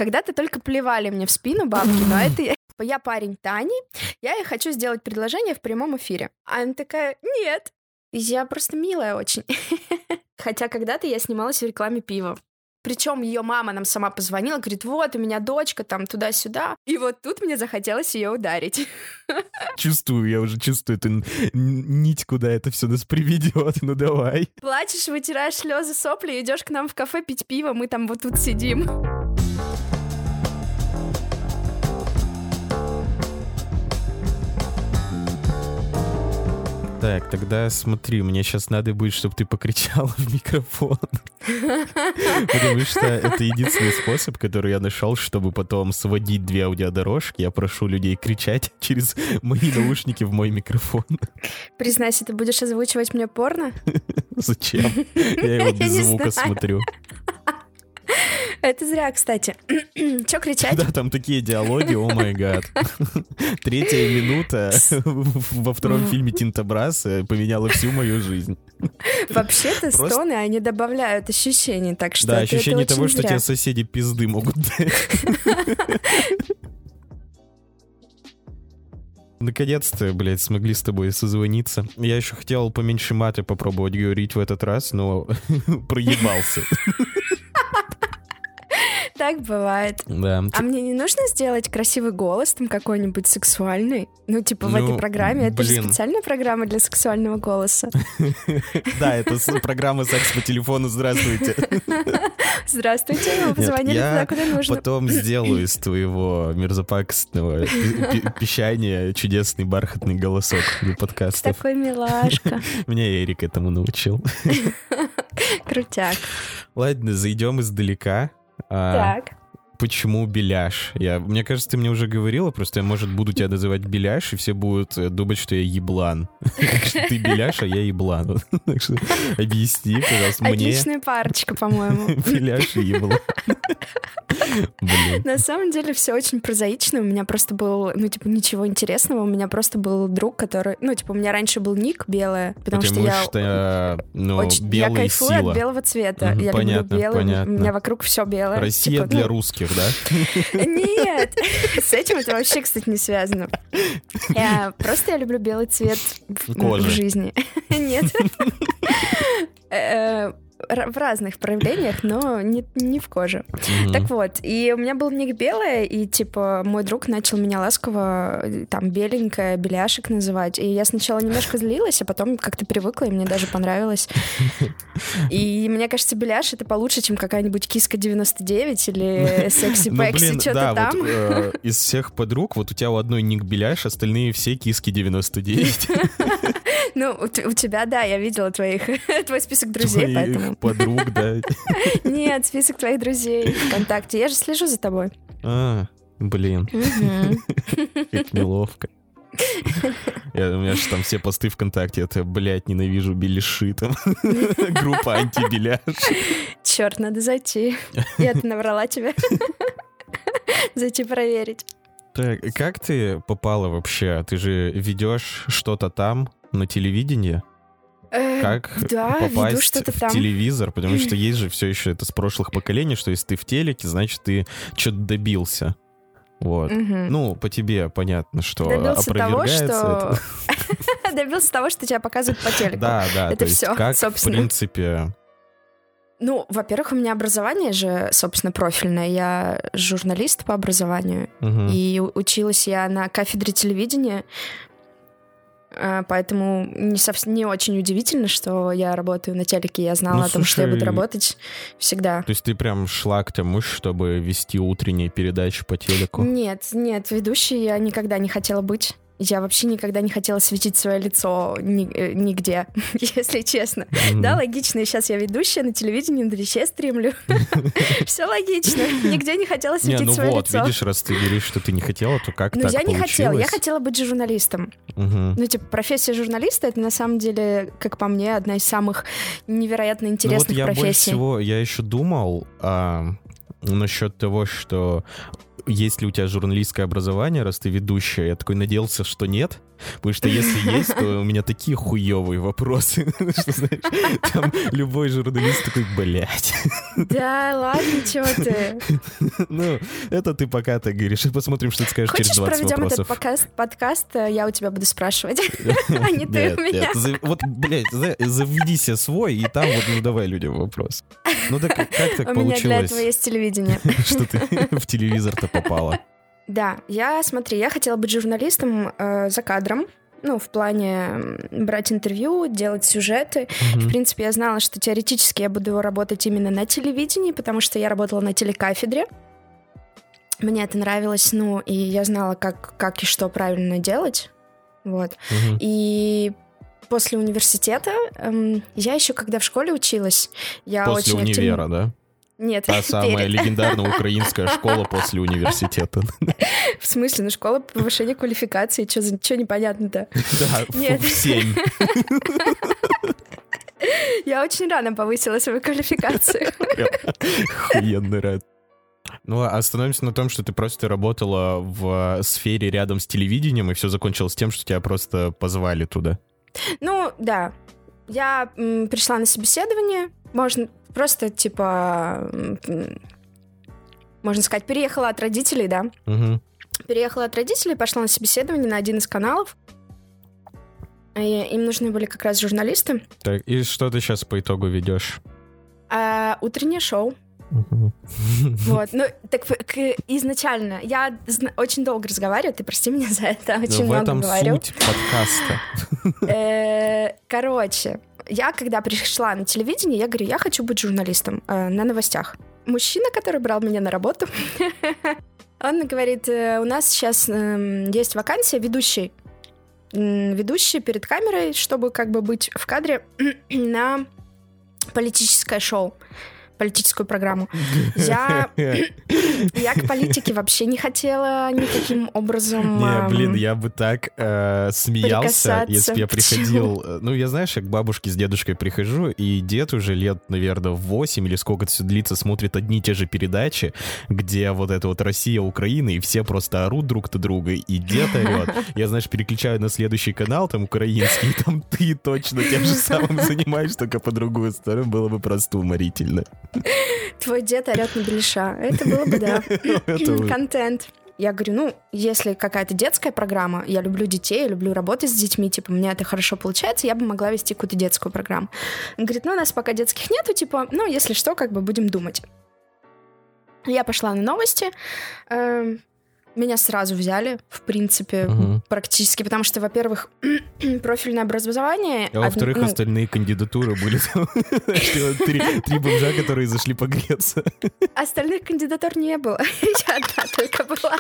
Когда-то только плевали мне в спину бабки, но это я парень Тани, я ей хочу сделать предложение в прямом эфире. А она такая, нет. Я просто милая очень. Хотя когда-то я снималась в рекламе пива. Причем ее мама нам сама позвонила, говорит, вот, у меня дочка там туда-сюда. И вот тут мне захотелось ее ударить. Я уже чувствую эту нить, куда это все нас приведет. Ну давай. Плачешь, вытираешь слезы, сопли, идешь к нам в кафе пить пиво, мы там вот тут сидим. Так, тогда смотри, мне сейчас надо будет, чтобы ты покричала в микрофон. Потому что это единственный способ, который я нашел, чтобы потом сводить две аудиодорожки. Я прошу людей кричать через мои наушники в мой микрофон. Признайся, ты будешь озвучивать мне порно? Зачем? Я его без звука смотрю. Это зря, кстати. Чё кричать? Да, там такие диалоги, о май гад. 3-я минута во втором фильме «Тинтобраз» поменяла всю мою жизнь. Вообще-то стоны, они добавляют ощущений, так что да, ощущение того, что тебе соседи пизды могут дать. Наконец-то, блядь, смогли с тобой созвониться. Я еще хотел поменьше маты попробовать говорить в этот раз, но проебался. Так бывает. Да. А мне не нужно сделать красивый голос, там какой-нибудь сексуальный? Ну, типа в этой программе. Это же специальная программа для сексуального голоса. Да, это программа «Секс по телефону». Здравствуйте. Здравствуйте, вы позвонили туда, куда нужно. Потом сделаю из твоего мерзопакостного пищания чудесный бархатный голосок для подкастов. Такой милашка. Меня Эрик этому научил. Крутяк. Ладно, зайдем издалека. Так. Почему Беляш? Мне кажется, ты мне уже говорила, просто я, может, буду тебя называть Беляш, и все будут думать, что я еблан. Ты Беляш, а я еблан. Так что объясни, пожалуйста, мне. Отличная парочка, по-моему. Беляш и еблан. На самом деле все очень прозаично. У меня просто был, ничего интересного. У меня просто был друг, который... у меня раньше был ник белая, потому что я кайфую от белого цвета. Я люблю белый. У меня вокруг все белое. Россия для русских, да? Нет, с этим это вообще, кстати, не связано. Просто я люблю белый цвет в жизни. Нет. В разных проявлениях, но не в коже. Так вот, и у меня был ник белая, и, мой друг начал меня ласково там беленькая, беляшек называть, и я сначала немножко злилась, а потом как-то привыкла, и мне даже понравилось. И мне кажется, беляш — это получше, чем какая-нибудь киска 99 или секси пекси, что-то там. Вот, из всех подруг, вот у тебя у одной ник беляш, остальные все киски 99. Ну, у тебя, да, я видела твой список друзей, поэтому... подруг, да? Нет, список твоих друзей ВКонтакте. Я же слежу за тобой. Блин. Как неловко. У меня же там все посты ВКонтакте, это, блядь, ненавижу беляши, там, группа антибеляш. Черт, надо зайти. Я-то наврала тебе. Зайти проверить. Так, как ты попала вообще? Ты же ведешь что-то там на телевидении? Как попасть в телевизор? Потому что есть же все еще это с прошлых поколений, что если ты в телеке, значит, ты что-то добился. Вот. Ну, по тебе понятно, что опровергается это. Добился того, что тебя показывают по телеку. Да, это все, как, собственно. В принципе... Ну, во-первых, у меня образование же, собственно, профильное. Я журналист по образованию. И училась я на кафедре телевидения. Поэтому не очень удивительно, что я работаю на телеке. Я знала о том, что я буду работать всегда. То есть ты прям шла к тому, чтобы вести утренние передачи по телеку? Нет, ведущей я никогда не хотела быть. Я вообще никогда не хотела светить свое лицо нигде, если честно. Да, логично. И сейчас я ведущая на телевидении, на Твиче стримлю. Все логично. Нигде не хотела светить свое лицо. Вот, видишь, раз ты говоришь, что ты не хотела, то как так получилось? Я не хотела. Я хотела быть журналистом. Профессия журналиста — это на самом деле, как по мне, одна из самых невероятно интересных профессий. Больше всего, я еще думал насчет того, что есть ли у тебя журналистское образование, раз ты ведущая. Я такой надеялся, что нет. Потому что если есть, то у меня такие хуёвые вопросы, что, знаешь, там любой журналист такой, блядь. Да, ладно, чего ты? Ну, это ты пока так говоришь. Посмотрим, что ты скажешь через 20 вопросов. Хочешь, проведем этот подкаст, я у тебя буду спрашивать, а не ты у меня. Вот, блядь, заведи себе свой, и там вот задавай людям вопрос. Ну так как так получилось? У меня для этого есть телевидение. Что ты в телевизор-то попала? Да, я хотела быть журналистом за кадром. Ну, в плане брать интервью, делать сюжеты. В принципе, я знала, что теоретически я буду работать именно на телевидении, потому что я работала на телекафедре. Мне это нравилось, ну, и я знала, как и что правильно делать. Вот. И после университета, я еще когда в школе училась, я после очень универа, да? Нет, та самая легендарная украинская школа после университета. В смысле? Ну, школа повышения квалификации. Что непонятно-то? Да, в 7. Я очень рано повысила свою квалификацию. Охуенно рад. Ну, остановимся на том, что ты просто работала в сфере рядом с телевидением, и все закончилось тем, что тебя просто позвали туда. Ну, да. Я пришла на собеседование, можно просто, типа, можно сказать, переехала от родителей, да. Переехала от родителей, пошла на собеседование на один из каналов. И им нужны были как раз журналисты. Так, и что ты сейчас по итогу ведешь? Утреннее шоу. Вот, ну, так изначально я очень долго разговариваю, ты прости меня за это, очень много говорю. В этом суть подкаста. Короче, я когда пришла на телевидение, я говорю, я хочу быть журналистом на новостях. Мужчина, который брал меня на работу, он говорит, у нас сейчас есть вакансия ведущий перед камерой, чтобы как бы быть в кадре на политическое шоу. Политическую программу. Я к политике вообще не хотела никаким образом Не, блин, я бы так смеялся, если бы я приходил... Ну, я, знаешь, я к бабушке с дедушкой прихожу, и дед уже лет, наверное, 8 или сколько это все длится, смотрит одни и те же передачи, где вот это вот Россия, Украина, и все просто орут друг на друга, и дед орет. Я, знаешь, переключаю на следующий канал, там, украинский, и там ты точно тем же самым занимаешься, только по другую сторону, было бы просто уморительно. Твой дед орет на Беляша. Это было бы, да. Контент. Я говорю, ну, если какая-то детская программа, я люблю детей, я люблю работать с детьми, типа, у меня это хорошо получается, я бы могла вести какую-то детскую программу. Он говорит, ну, у нас пока детских нету, типа, ну, если что, как бы будем думать. Я пошла на новости, меня сразу взяли, в принципе, практически, потому что, во-первых, профильное образование... А во-вторых, остальные кандидатуры были там. Три бомжа, которые зашли погреться. Остальных кандидатур не было. Я одна только была.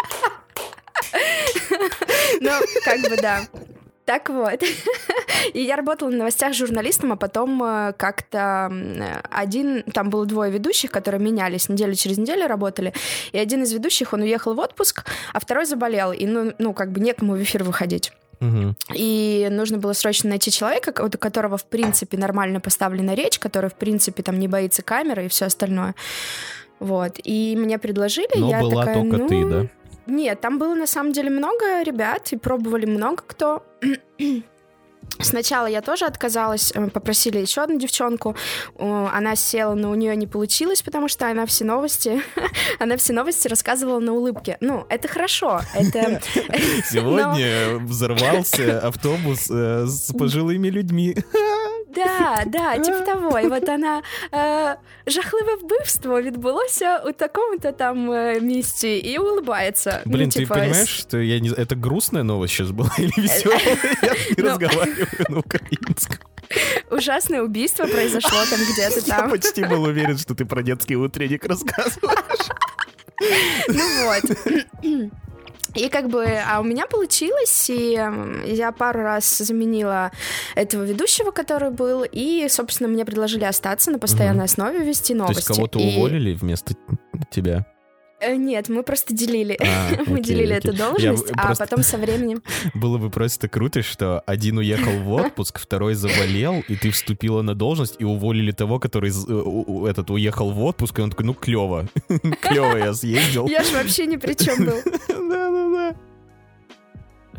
Ну, как бы да. Так вот. И я работала на новостях журналистом, а потом как-то там было 2 ведущих, которые менялись, неделю через неделю работали, и один из ведущих, он уехал в отпуск, а второй заболел, и, ну как бы некому в эфир выходить. И нужно было срочно найти человека, у которого, в принципе, нормально поставлена речь, который, в принципе, там не боится камеры и все остальное. Вот. И мне предложили, но я была такая, только ты, да? Нет, там было на самом деле много ребят, и пробовали много кто. Сначала я тоже отказалась, попросили еще одну девчонку, она села, но у нее не получилось, потому что она все новости рассказывала на улыбке. Ну, это хорошо. Сегодня взорвался автобус с пожилыми людьми. Да, типа того. І от вона жахливе вбивство відбулося у такому-то там місці и улыбается. Блин, ну, типа, ты понимаешь, что это грустная новость сейчас была или веселая? Я не разговариваю на украинском. Ужасное убийство произошло там где-то там. Я почти был уверен, что ты про детский утренник рассказываешь. Ну вот. И как бы, а у меня получилось, и я пару раз заменила этого ведущего, который был, и, собственно, мне предложили остаться на постоянной основе, вести новости. То есть кого-то уволили вместо тебя? Нет, мы просто делили. Мы делили эту должность, а потом со временем... Было бы просто круто, что один уехал в отпуск, второй заболел, и ты вступила на должность, и уволили того, который уехал в отпуск, и он такой, ну, клево. Клево я съездил. Я ж вообще ни при чем был. Да.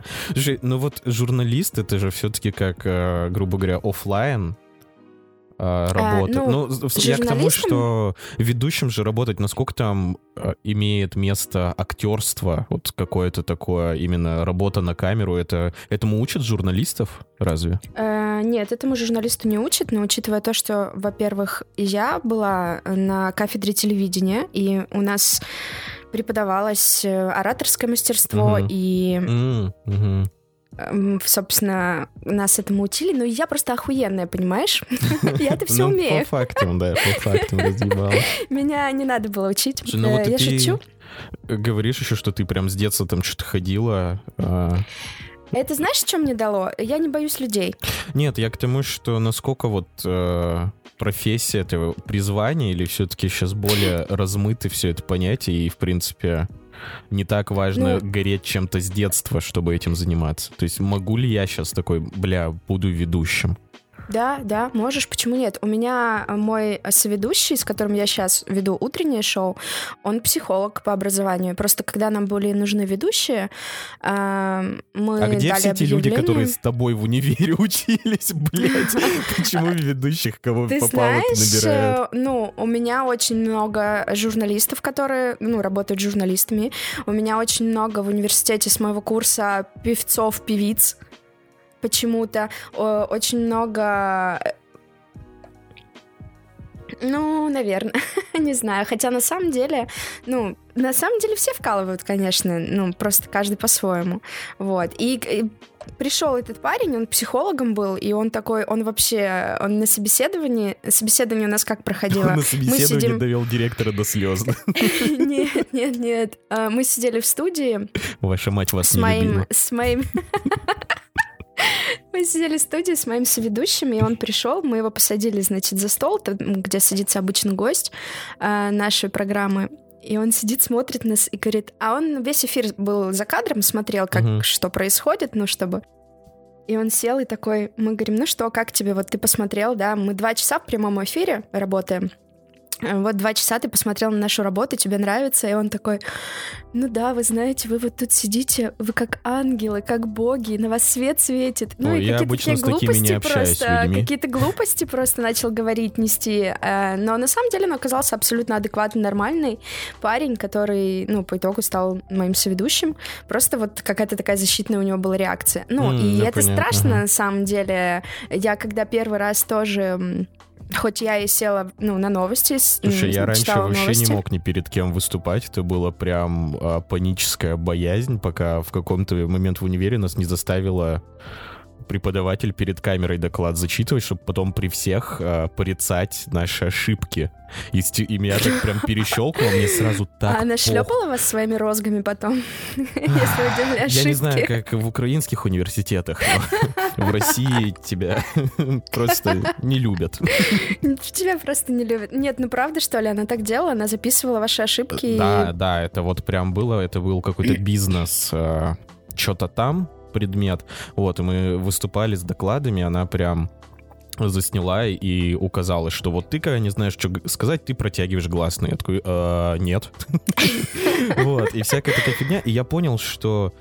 Слушай, ну вот журналист, это же все-таки как, грубо говоря, офлайн работа. Я к тому, что ведущим же работать, насколько там имеет место актерство, вот какое-то такое, именно работа на камеру, этому учат журналистов, разве? Нет, этому журналисту не учат, но учитывая то, что, во-первых, я была на кафедре телевидения, и у нас преподавалось ораторское мастерство, и... Собственно, нас этому учили, но я просто охуенная, понимаешь? Я это все умею. По фактам разъебала. Меня не надо было учить, я шучу. Говоришь еще, что ты прям с детства там что-то ходила. Это знаешь, что мне дало? Я не боюсь людей. Нет, я к тому, что насколько вот профессия, это призвание, или все-таки сейчас более размыты все это понятие, и, в принципе... Не так важно гореть чем-то с детства, чтобы этим заниматься. То есть могу ли я сейчас такой, буду ведущим? Да, можешь, почему нет? У меня мой соведущий, с которым я сейчас веду утреннее шоу, он психолог по образованию. Просто когда нам были нужны ведущие, мы дали где все те люди, объявление. которые с тобой в универе учились, блядь? Почему ведущих, кого попало, набирают? У меня очень много журналистов, которые, работают журналистами. У меня очень много в университете с моего курса певцов, певиц. Почему-то очень много... наверное, не знаю. Хотя на самом деле все вкалывают, конечно, просто каждый по-своему. Вот. И пришел этот парень, он психологом был, и он на собеседовании у нас как проходило? Он на собеседовании довел директора до слез. Нет. Мы сидели в студии. Ваша мать вас не любила. Мы сидели в студии с моим соведущим, и он пришел, мы его посадили, за стол, где садится обычно гость нашей программы, и он сидит, смотрит нас и говорит, а он весь эфир был за кадром, смотрел, что происходит, чтобы... И он сел и такой, мы говорим, как тебе, вот ты посмотрел, да, мы 2 часа в прямом эфире работаем, вот 2 часа ты посмотрел на нашу работу, тебе нравится? И он такой, вы знаете, вы вот тут сидите, вы как ангелы, как боги, на вас свет светит. И какие-то такие глупости просто, какие-то глупости просто начал говорить, нести. Но на самом деле он оказался абсолютно адекватный, нормальный парень, который, по итогу стал моим соведущим. Просто вот какая-то такая защитная у него была реакция. Это страшно, на самом деле. Я когда первый раз тоже... Хоть я и села, на новости, Слушай, я раньше вообще не мог ни перед кем выступать. Это была прям паническая боязнь, пока в каком-то момент в универе нас не заставила преподаватель перед камерой доклад зачитывать, чтобы потом при всех порицать наши ошибки. И меня так прям перещелкнуло, мне сразу так... А она шлепала вас своими розгами потом, если вы делали ошибки? Я не знаю, как в украинских университетах, но в России тебя просто не любят. Тебя просто не любят. Нет, правда, что ли? Она так делала? Она записывала ваши ошибки? Да, это вот прям было, это был какой-то бизнес, что-то там, предмет. Вот, и мы выступали с докладами, она прям засняла и указала, что вот ты, когда не знаешь, что сказать, ты протягиваешь гласные. Я такой, нет. Вот, и всякая такая фигня. И я понял, что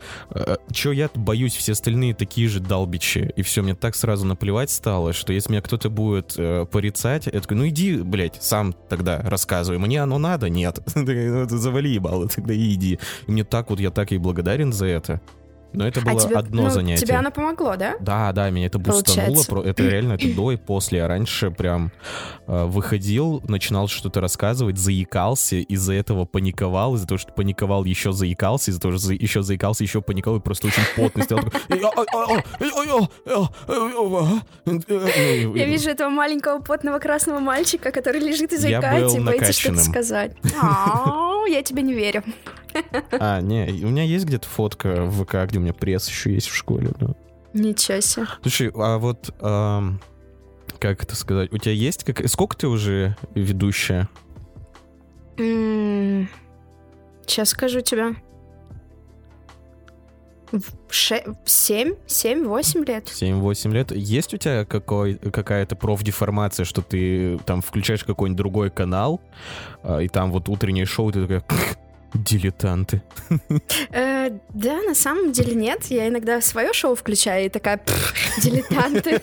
я боюсь, все остальные такие же долбичи. И все, мне так сразу наплевать стало, что если меня кто-то будет порицать, я такой, иди, блядь, сам тогда рассказывай. Мне оно надо? Нет. Завали ебало, тогда и иди. И мне так вот, я так ей благодарен за это. Но это было одно занятие. Тебе оно помогло, да? Да, меня это бустануло. Это реально, это до и после. Я раньше прям выходил, начинал что-то рассказывать, заикался, из-за этого паниковал, из-за того, что паниковал, еще заикался, из-за того, что еще заикался, еще паниковал, и просто очень потный стоял. Я вижу этого маленького потного красного мальчика, который лежит и заикается, и боится что-то сказать. Я тебе не верю. Не, у меня есть где-то фотка в ВК, где у меня пресс еще есть в школе. Да. Ничего себе. Слушай, а вот, как это сказать, у тебя есть... Сколько ты уже ведущая? Сейчас скажу тебе. 7-8 лет. 7-8 лет. Есть у тебя какая-то профдеформация, что ты там включаешь какой-нибудь другой канал, и там вот утреннее шоу, ты такая... Дилетанты. Да, на самом деле нет. Я иногда свое шоу включаю и такая, дилетанты.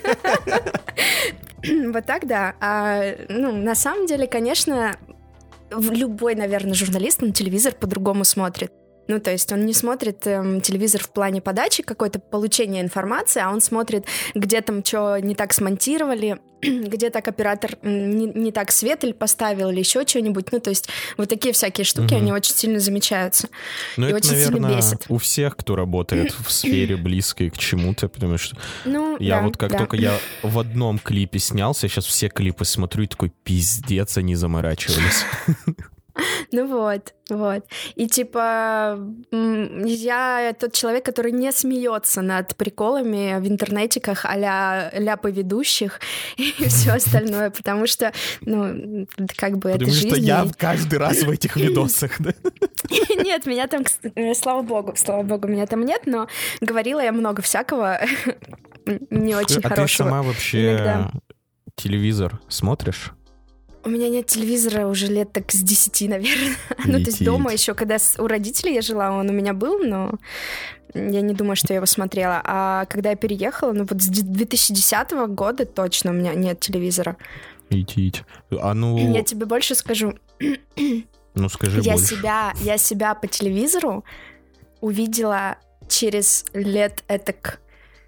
Вот так, да. На самом деле, конечно, любой, наверное, журналист на телевизор по-другому смотрит. Ну, то есть он не смотрит телевизор в плане подачи, какой-то получения информации, а он смотрит, где там что не так смонтировали, где так оператор не так свет или поставил, или еще что-нибудь. Ну, то есть вот такие всякие штуки, они очень сильно замечаются. Ну, и это, очень наверное, сильно бесит. У всех, кто работает в сфере близкой к чему-то, потому что только я в одном клипе снялся, я сейчас все клипы смотрю и такой, пиздец, они заморачивались. Ну вот. И типа я тот человек, который не смеется над приколами в интернетиках а-ля ляпы ведущих и все остальное, потому что, как бы это жизнь. Потому что я каждый раз в этих видосах, да? Нет, меня там, слава богу, меня там нет, но говорила я много всякого не очень хорошего. А ты сама вообще телевизор смотришь? У меня нет телевизора уже лет так с 10, наверное. То есть дома еще, когда у родителей я жила, он у меня был, но я не думаю, что я его смотрела. А когда я переехала, вот с 2010 года точно у меня нет телевизора. Ить. Я тебе больше скажу. Скажи больше. Я себя по телевизору увидела через лет этак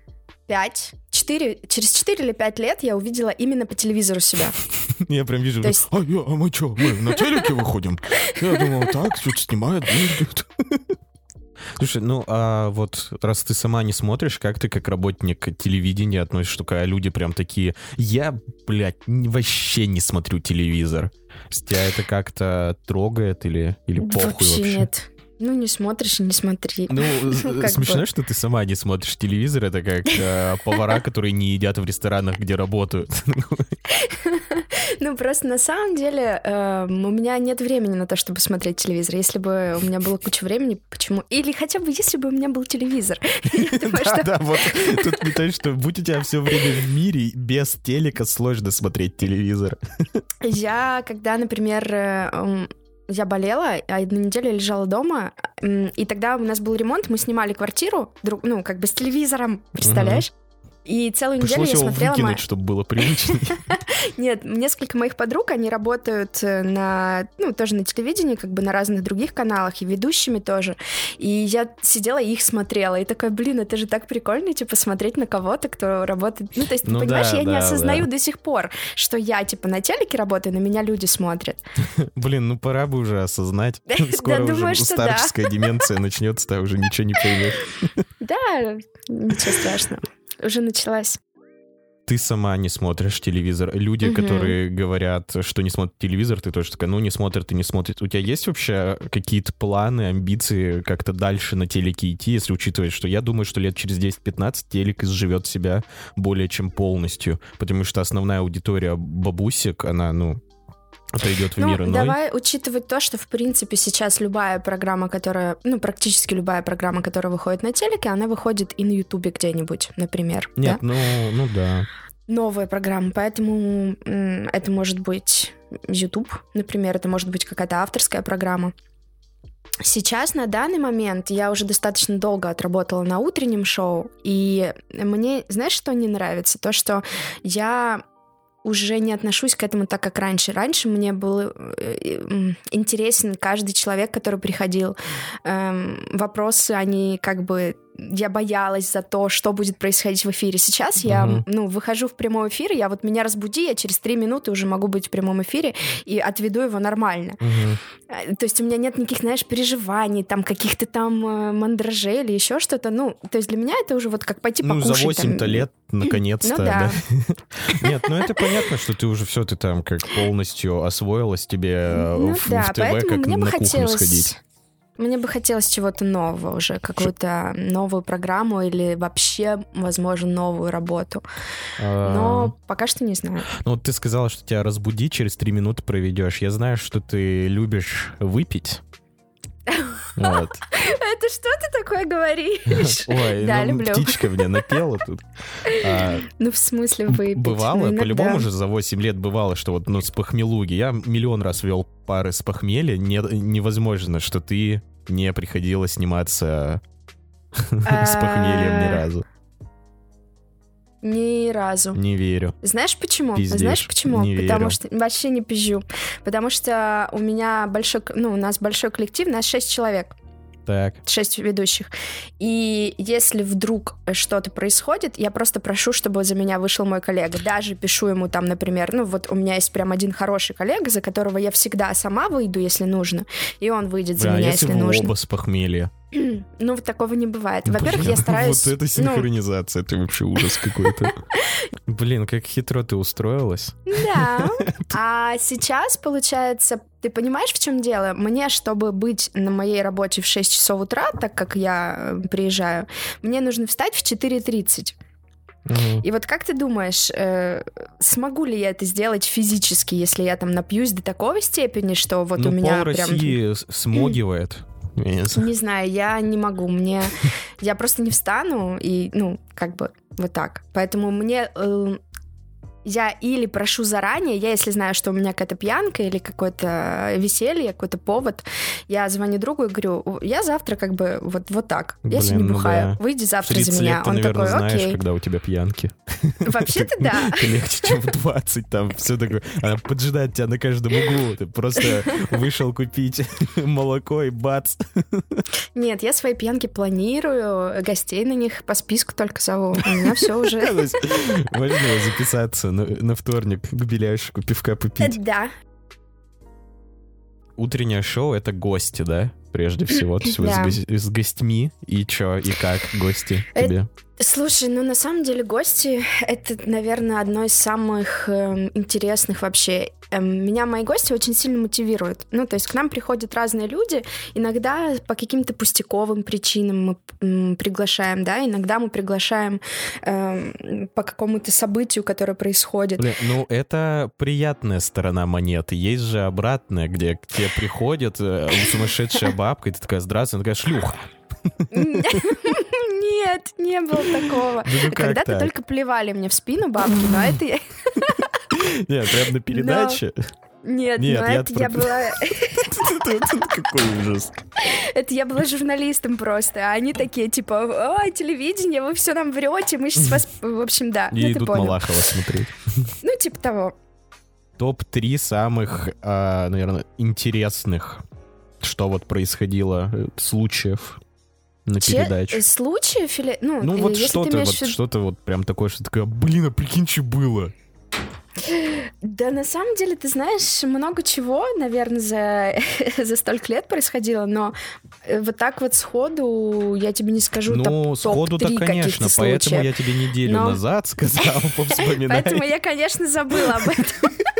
через 4 или 5 лет я увидела именно по телевизору себя. Я прям вижу, мы что, мы на телеке выходим? Я думал, так, что-то снимают. Слушай, а вот раз ты сама не смотришь, как ты как работник телевидения относишься, что люди прям такие, я, вообще не смотрю телевизор. Тебя это как-то трогает или похуй вообще? Нет. Не смотришь и не смотри. Смешно, что ты сама не смотришь телевизор. Это как повара, которые не едят в ресторанах, где работают. Просто на самом деле у меня нет времени на то, чтобы смотреть телевизор. Если бы у меня было куча времени, почему? Или хотя бы если бы у меня был телевизор. Да, вот тут метаешь, что будь у тебя все время в мире, без телека сложно смотреть телевизор. Я, когда, например... Я болела, а 1 неделю я лежала дома, и тогда у нас был ремонт, мы снимали квартиру, с телевизором, представляешь? И целую неделю я смотрела... Пришлось его выкинуть, чтобы было привычно. Нет, несколько моих подруг, они работают тоже на телевидении, на разных других каналах, и ведущими тоже. И я сидела и их смотрела, и такая, это же так прикольно, смотреть на кого-то, кто работает... То есть, понимаешь, я не осознаю до сих пор, что я, на телеке работаю, на меня люди смотрят. Пора бы уже осознать. Скоро уже старческая деменция начнется, ты уже ничего не поймешь. Да, ничего страшного. Уже началась. Ты сама не смотришь телевизор. Люди, которые говорят, что не смотрят телевизор, ты тоже такая, не смотрят и не смотрят. У тебя есть вообще какие-то планы, амбиции как-то дальше на телеке идти, если учитывать, что я думаю, что лет через 10-15 телек изживет себя более чем полностью, потому что основная аудитория бабусек, она, отойдет в мир иной. Давай учитывать то, что, в принципе, сейчас любая программа, которая, практически любая программа, которая выходит на телеке, она выходит и на Ютубе где-нибудь, например. Нет, да? Да. Новая программа, поэтому это может быть Ютуб, например, это может быть какая-то авторская программа. Сейчас, на данный момент, я уже достаточно долго отработала на утреннем шоу, и мне, знаешь, что не нравится? То, что я... уже не отношусь к этому так, как раньше. Раньше мне был интересен каждый человек, который приходил. Вопросы, они я боялась за то, что будет происходить в эфире. Сейчас я, выхожу в прямой эфир, меня разбуди, я через 3 минуты уже могу быть в прямом эфире и отведу его нормально. То есть у меня нет никаких, переживаний, каких-то мандражей или еще что-то. То есть для меня это уже как пойти покушать. За 8-то лет, наконец-то, да. Нет, это понятно, что ты уже все, ты полностью освоилась, тебе в ТВ как на кухню сходить. Мне бы хотелось чего-то нового уже, какую-то новую программу или вообще, возможно, новую работу. Но пока что не знаю. Ты сказала, что тебя разбудить через 3 минуты проведешь. Я знаю, что ты любишь выпить. Вот. Это что ты такое говоришь? Ой, да, люблю. Птичка мне напела тут. Ну, в смысле выпить? Бывало, по-любому же за 8 лет бывало, что вот с похмелуги. Я миллион раз вел пары с похмелья. Невозможно, что ты не приходила сниматься с похмельем ни разу. Ни разу. Не верю. Знаешь почему? Пиздишь. Знаешь почему? Не Потому верю. что вообще не пизжу. Потому что у меня у нас большой коллектив, нас 6 человек. Так. 6 ведущих. И если вдруг что-то происходит, я просто прошу, чтобы за меня вышел мой коллега. Даже пишу ему там, например, вот у меня есть прям один хороший коллега, за которого я всегда сама выйду, если нужно, и он выйдет за меня, если нужно. Оба с похмелья. Ну, вот такого не бывает. Во-первых, я стараюсь... Вот это синхронизация, это вообще ужас какой-то. Блин, как хитро ты устроилась. Да. А сейчас, получается, ты понимаешь, в чем дело? Мне, чтобы быть на моей работе в 6 часов утра, так как я приезжаю, мне нужно встать в 4:30. И вот как ты думаешь, смогу ли я это сделать физически, если я там напьюсь до такой степени, что вот у меня прям... пол России смогивает. Не знаю, я не могу, я просто не встану, и, вот так. Поэтому я или прошу заранее, если знаю, что у меня какая-то пьянка или какое-то веселье, какой-то повод, я звоню другу и говорю, я завтра вот так, я сегодня не бухаю, выйди завтра за меня. Ты, он наверное, такой, знаешь, окей. когда у тебя пьянки. Вообще-то да. Легче, чем в 20, там все такое. Она поджидает тебя на каждом углу, ты просто вышел купить молоко и бац. Нет, я свои пьянки планирую, гостей на них по списку только зову. У меня все уже... Можно записаться на вторник к Беляшику пивка попить? Да. Утреннее шоу — это гости, да? Прежде всего. То есть вы с гостьми. И чё, и как гости тебе? Слушай, на самом деле гости — это, наверное, одно из самых интересных вообще. Меня мои гости очень сильно мотивируют. То есть к нам приходят разные люди. Иногда по каким-то пустяковым причинам мы приглашаем, да, иногда мы приглашаем по какому-то событию, которое происходит. Блин, это приятная сторона монеты. Есть же обратная, где к тебе приходит сумасшедшая бабка, и ты такая, здравствуй, она такая, шлюха. Нет, не было такого. Когда-то только плевали мне в спину бабки, но это я... Нет, прям на передаче? Нет, это я была... Какой ужас. Это я была журналистом просто, а они такие, типа, ой, телевидение, вы все нам врете, мы сейчас вас... В общем, да. И идут Малахова смотреть. Типа того. Топ-3 самых, наверное, интересных, что вот происходило, случаев на передаче. Случаев или... вот что-то вот прям такое, что такое, блин, а прикинь, что было. Да, на самом деле, ты знаешь, много чего, наверное, за столько лет происходило, но вот так вот сходу я тебе не скажу сходу-то, конечно, поэтому я тебе неделю назад сказал, повспоминай. Поэтому я, конечно, забыла об этом.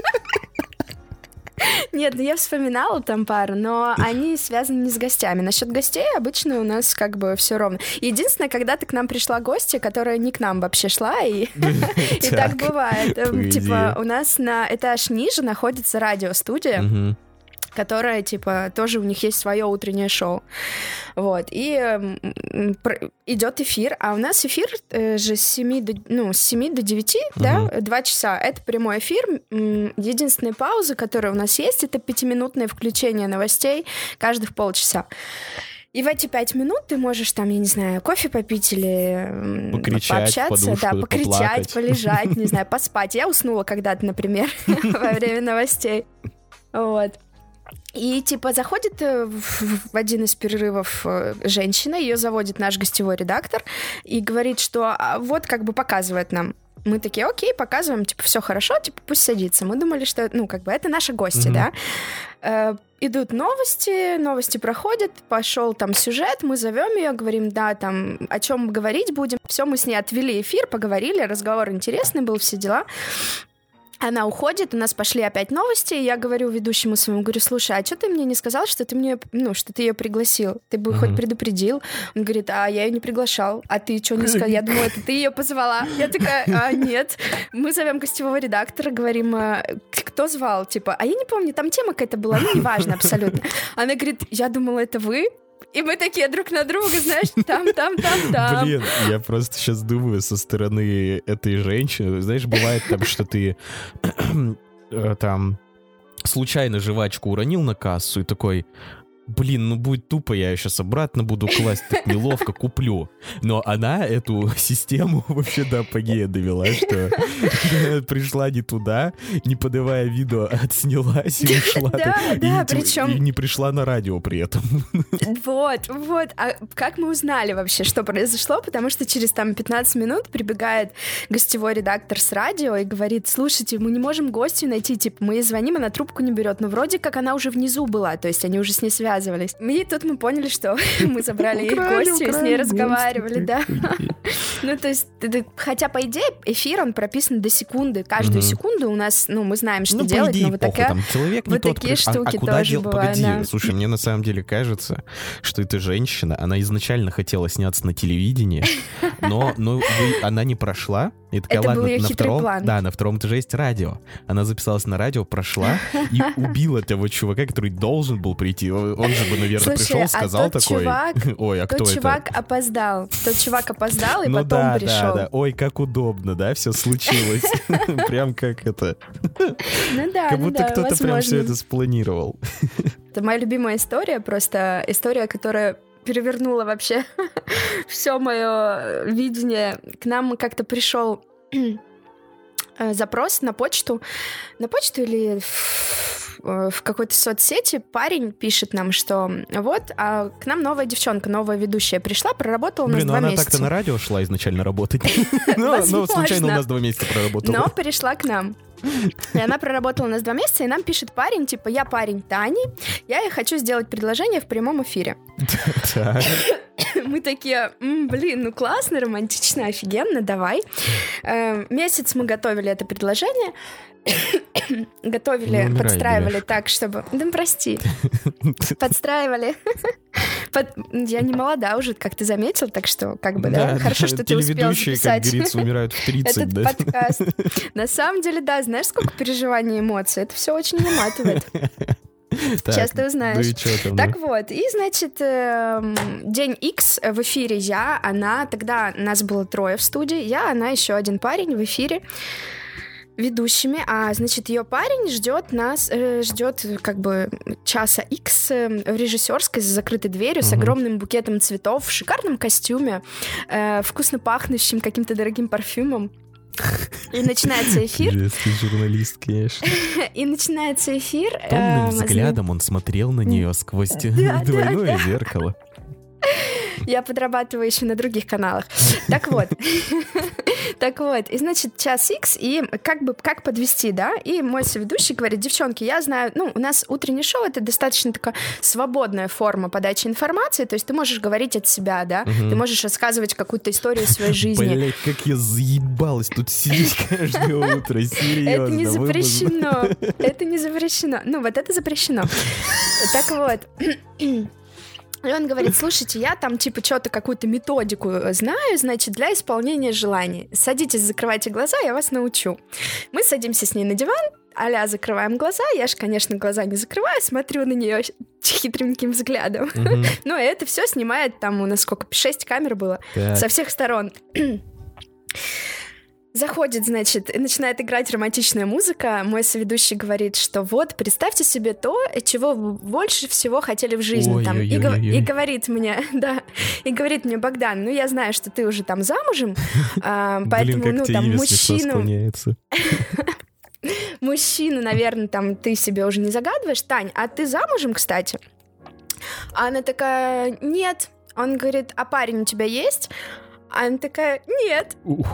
Нет, я вспоминала там пару, но они связаны не с гостями. Насчет гостей обычно у нас все ровно. Единственное, когда-то к нам пришла гостья, которая не к нам вообще шла, и так бывает. Типа у нас на этаж ниже находится радиостудия, которая, тоже у них есть свое утреннее шоу. Вот. И идет эфир, а у нас эфир же с 7 до 9, да, 2 часа. Это прямой эфир. Единственная пауза, которая у нас есть, это 5-минутное включение новостей каждых полчаса. И в эти 5 минут ты можешь там, я не знаю, кофе попить или пообщаться, покричать, поплакать. Полежать, не знаю, поспать. Я уснула когда-то, например, во время новостей. Вот. И, заходит в один из перерывов женщина, ее заводит наш гостевой редактор и говорит, что вот показывает нам. Мы такие, окей, показываем, все хорошо, пусть садится. Мы думали, что, это наши гости, да. Идут новости проходят, пошел там сюжет, мы зовем ее, говорим, да, там, о чем говорить будем. Все, мы с ней отвели эфир, поговорили, разговор интересный был, все дела. Она уходит, у нас пошли опять новости, и я говорю ведущему своему, говорю, слушай, а что ты мне не сказал, что ты мне, что ты ее пригласил? Ты бы хоть предупредил. Он говорит, а я ее не приглашал. А ты что не сказал? Я думаю, это ты ее позвала. Я такая, нет. Мы зовем гостевого редактора, говорим, кто звал? А я не помню, там тема какая-то была, неважно абсолютно. Она говорит, я думала, это вы. И мы такие друг на друга, знаешь, там. Блин, я просто сейчас думаю со стороны этой женщины. Знаешь, бывает там, что ты там случайно жвачку уронил на кассу и такой... Блин, ну будет тупо, я ее сейчас обратно буду класть, так неловко, куплю. Но она эту систему вообще до апогея довела, что пришла не туда, не подавая виду, отснялась и ушла. Да, причем... И не пришла на радио при этом. Вот. А как мы узнали вообще, что произошло? Потому что через там 15 минут прибегает гостевой редактор с радио и говорит: слушайте, мы не можем гостью найти, типа, мы ей звоним, она трубку не берет. Но вроде как она уже внизу была, то есть они уже с ней связывались. И тут мы поняли, что мы забрали их гостью и с ней разговаривали, да. Ну, то есть, хотя, по идее, эфир, он прописан до секунды. Каждую секунду у нас, мы знаем, что делать, но вот такие штуки тоже бывают. Погоди, слушай, мне на самом деле кажется, что эта женщина, она изначально хотела сняться на телевидении, но она не прошла. И такая, это был ее хитрый план. Да, на втором этаже есть радио. Она записалась на радио, прошла и убила того чувака, который должен был прийти. Он же бы, наверное, пришел, сказал такой... Ой, а кто это? Тот чувак опоздал, и потом пришел. Да. Ой, как удобно, да, все случилось. Прям как это... Как будто кто-то прям все это спланировал. Это моя любимая история, просто история, которая... перевернула вообще все мое видение. К нам как-то пришел запрос на почту или в какой-то соцсети. Парень пишет нам, что вот, а к нам новая девчонка, новая ведущая пришла, проработала у нас 2 месяца. Она так-то на радио шла изначально работать. Но случайно у нас 2 месяца проработала. Но перешла к нам. И она проработала у нас 2 месяца, и нам пишет парень, типа: я парень Тани, я ей хочу сделать предложение в прямом эфире. Мы такие: блин, ну классно, романтично, офигенно, давай. Месяц мы готовили это предложение. Готовили, подстраивали так, чтобы... Да прости. Подстраивали. Я не молода уже, как ты заметил, так что как бы, да, хорошо, что ты успел записать. Телеведущие, как говорится, умирают в 30, этот подкаст. На самом деле, да, знаешь, сколько переживаний и эмоций? Это все очень выматывает. Сейчас ты узнаешь. Так вот, и, значит, день X в эфире тогда нас было 3 в студии, она, еще один парень в эфире ведущими, а, значит, ее парень ждет как бы часа X в режиссерской за закрытой дверью с огромным букетом цветов, в шикарном костюме, вкусно пахнущим каким-то дорогим парфюмом. И начинается эфир. Жесткий журналист, конечно. И начинается эфир. Томным взглядом он смотрел на нее сквозь двойное зеркало. Я подрабатываю еще на других каналах. Так вот, и, значит, час X, и как подвести, да? И мой соведущий говорит: девчонки, я знаю, у нас утреннее шоу — это достаточно такая свободная форма подачи информации, то есть ты можешь говорить от себя, да? Ты можешь рассказывать какую-то историю своей жизни. Блять, как я заебалась тут сидеть каждое утро, серьезно. Это не запрещено, это не запрещено. Вот это запрещено. Так вот... И он говорит: слушайте, я там типа что-то, какую-то методику знаю, значит, для исполнения желаний. Садитесь, закрывайте глаза, я вас научу. Мы садимся с ней на диван, а-ля закрываем глаза. Я же, конечно, глаза не закрываю, смотрю на нее хитреньким взглядом. Но это все снимает там у нас сколько? 6 камер было со всех сторон. Заходит, значит, и начинает играть романтичная музыка. Мой соведущий говорит, что вот, представьте себе то, чего вы больше всего хотели в жизни. Там. И говорит мне, Богдан, я знаю, что ты уже там замужем, поэтому, там, мужчину, наверное, там ты себе уже не загадываешь. Тань, а ты замужем, кстати? А она такая: нет. Он говорит: а парень у тебя есть? А она такая: нет.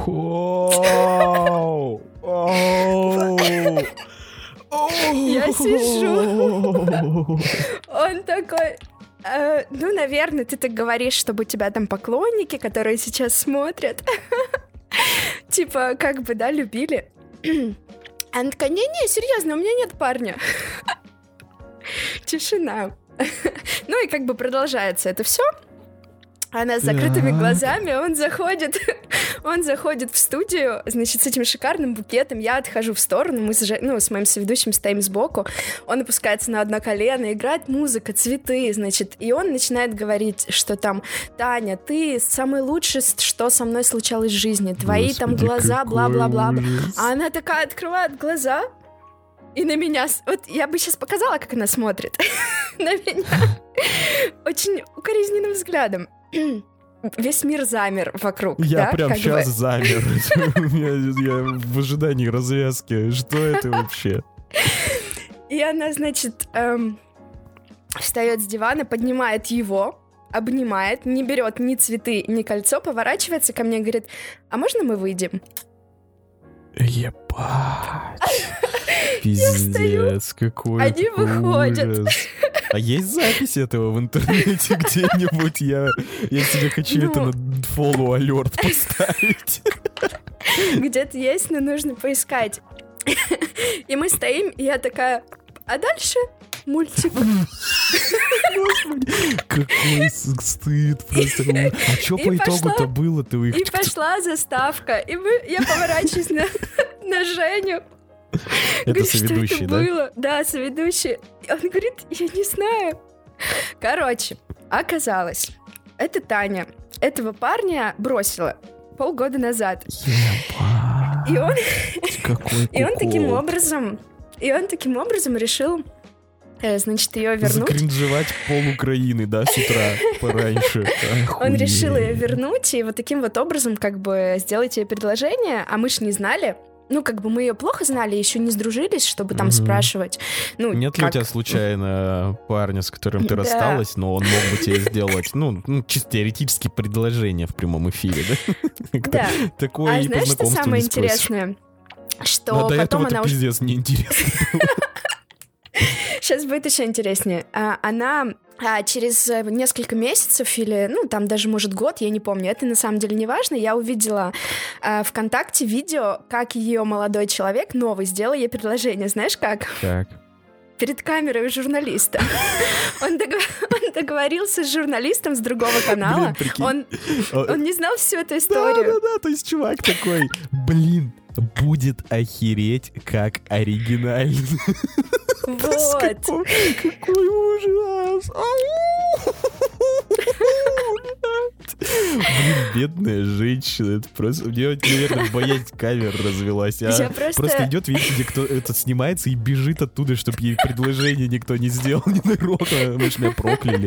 Я сижу. Он такой: наверное, ты так говоришь, чтобы у тебя там поклонники, которые сейчас смотрят, типа, как бы, да, любили. Она такая: не-не, серьезно, у меня нет парня. Тишина. И как бы продолжается это все. Она с закрытыми глазами, он заходит в студию, значит, с этим шикарным букетом, я отхожу в сторону, мы с моим соведущим стоим сбоку, он опускается на одно колено, играет музыка, цветы, значит, и он начинает говорить, что там: Таня, ты самый лучший, что со мной случалось в жизни, твои там глаза, бла-бла-бла. А она такая открывает глаза и на меня, вот я бы сейчас показала, как она смотрит на меня очень укоризненным взглядом. Весь мир замер вокруг. Я прям сейчас замер. Я в ожидании развязки. Что это вообще? И она, значит, встает с дивана, поднимает его, обнимает, не берет ни цветы, ни кольцо, поворачивается ко мне и говорит: а можно мы выйдем? Ебать. Пиздец, какой они выходят. А есть запись этого в интернете где-нибудь? Я тебе хочу это на follow alert поставить. Где-то есть, но нужно поискать. И мы стоим, и я такая: а дальше мультик. Господи, какой стыд просто. А что по итогу-то было-то у их? И пошла заставка, и я поворачиваюсь на Женю. Это соведущий, да? Было? Да, соведущий. Он говорит: я не знаю. Короче, оказалось, это Таня этого парня бросила полгода назад. И он таким образом решил, значит, ее вернуть. Закринжевать пол Украины, да, с утра пораньше. Он решил ее вернуть, и вот таким вот образом как бы сделать ей предложение, а мы ж не знали. Ну, как бы мы ее плохо знали, еще не сдружились, чтобы там спрашивать. Ну, нет ли у тебя случайно парня, с которым ты рассталась, но он мог бы тебе сделать, чисто теоретически предложение в прямом эфире, да? Да. Такое а знаешь, что самое интересное? Что потом она... пиздец неинтересно было. Сейчас будет еще интереснее. Она через несколько месяцев или, там даже, может, год, я не помню, это на самом деле не важно, я увидела ВКонтакте видео, как ее молодой человек, новый, сделал ей предложение. Знаешь как? Как? Перед камерой у журналиста. Он договорился с журналистом с другого канала. Он не знал всю эту историю. Да, то есть чувак такой: будет охереть, как оригинально. Вот. Какой ужас. Бедная женщина. Это просто... У нее, наверное, боязнь камер развелась. Просто идет, видите, где кто это снимается и бежит оттуда, чтобы ей предложение никто не сделал. Ненароком. Мы ж меня прокляли.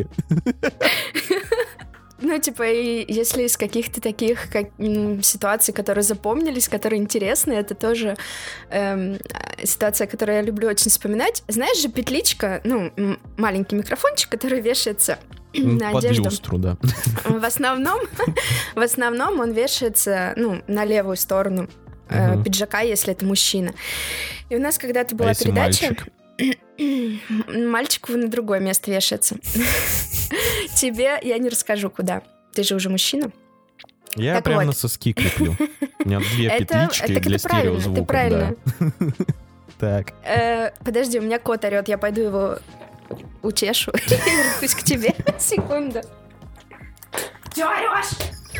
И если из каких-то таких ситуаций, которые запомнились, которые интересны, это тоже ситуация, которую я люблю очень вспоминать. Знаешь же, петличка, маленький микрофончик, который вешается на одежду. Под люстру, да. В основном он вешается, на левую сторону пиджака, если это мужчина. И у нас когда-то была передача... Мальчику на другое место вешается. Тебе я не расскажу, куда. Ты же уже мужчина. Я так прям на соски креплю. У меня 2 петлички для стереозвука. Это правильно. Так. Подожди, у меня кот орет, я пойду его учешу и вернусь к тебе. Секунду. Ты орешь?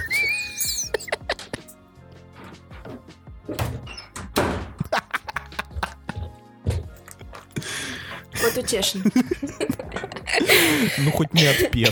Вот утешен. Хоть не отпет.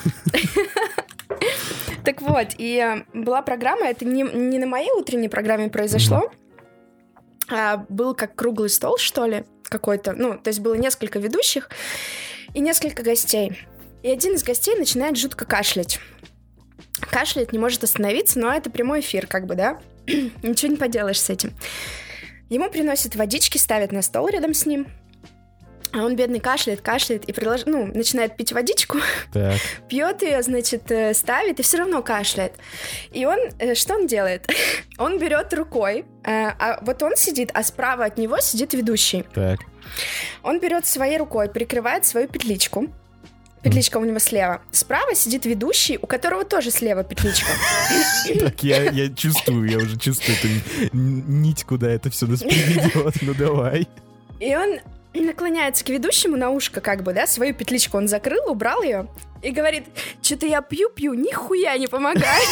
Так вот, и была программа, это не на моей утренней программе произошло, а был как круглый стол, что ли, какой-то. То есть было несколько ведущих и несколько гостей. И один из гостей начинает жутко кашлять. Кашляет, не может остановиться, но это прямой эфир, как бы, да? Ничего не поделаешь с этим. Ему приносят водички, ставят на стол рядом с ним. А он, бедный, кашляет и начинает пить водичку, пьет ее, значит, ставит и все равно кашляет. И он, что он делает? Он берет рукой, а вот он сидит, а справа от него сидит ведущий. Так. Он берет своей рукой, прикрывает свою петличку. Петличка у него слева. Справа сидит ведущий, у которого тоже слева петличка. Так, я чувствую, я уже чувствую эту нить, куда это все нас приведет. Ну, давай. И он наклоняется к ведущему на ушко, как бы, да, свою петличку он закрыл, убрал ее, И говорит, что-то я пью, нихуя не помогает.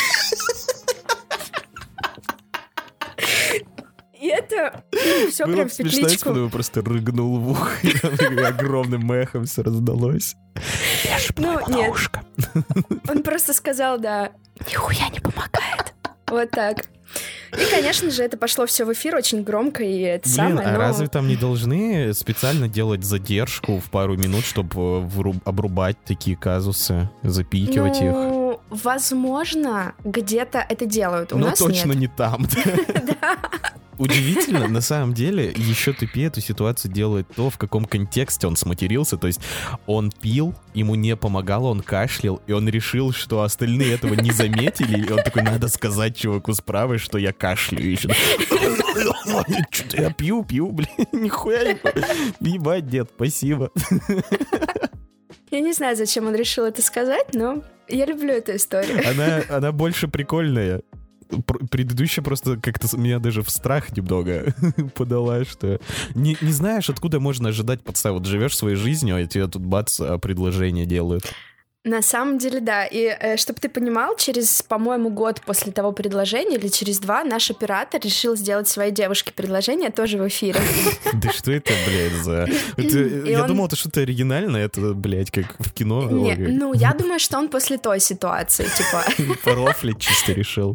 И это все прям в петличку. Было смешно, когда просто рыгнул в ухо, и огромным эхом все раздалось. Я шепнула на ушко. Он просто сказал, да, нихуя не помогает. Вот так. И, конечно же, это пошло все в эфир очень громко, и это самое, но... разве там не должны специально делать задержку в пару минут, чтобы обрубать такие казусы, запикивать их? Возможно, где-то это делают, у нас нет. Но точно не там. Да. Удивительно, на самом деле, еще тупее эту ситуацию делает то, в каком контексте он сматерился. То есть он пил, ему не помогало, он кашлял, и он решил, что остальные этого не заметили. И он такой, надо сказать чуваку справа, что я кашляю. Что-то я пью, блин, нихуя не... Ебать, дед, спасибо. Я не знаю, зачем он решил это сказать, но я люблю эту историю. Она больше прикольная. Предыдущая просто как-то меня даже в страх немного подала, что не знаешь, откуда можно ожидать подставы. Вот живешь своей жизнью, а тебе тут бац, предложение делают. На самом деле, да. И чтобы ты понимал, через, по-моему, год после того предложения или через 2 наш оператор решил сделать своей девушке предложение тоже в эфире. Да что это, блядь, за... Я думал, это что-то оригинальное, это, блядь, как в кино. Ну, я думаю, что он после той ситуации, типа... Порофлить чисто решил.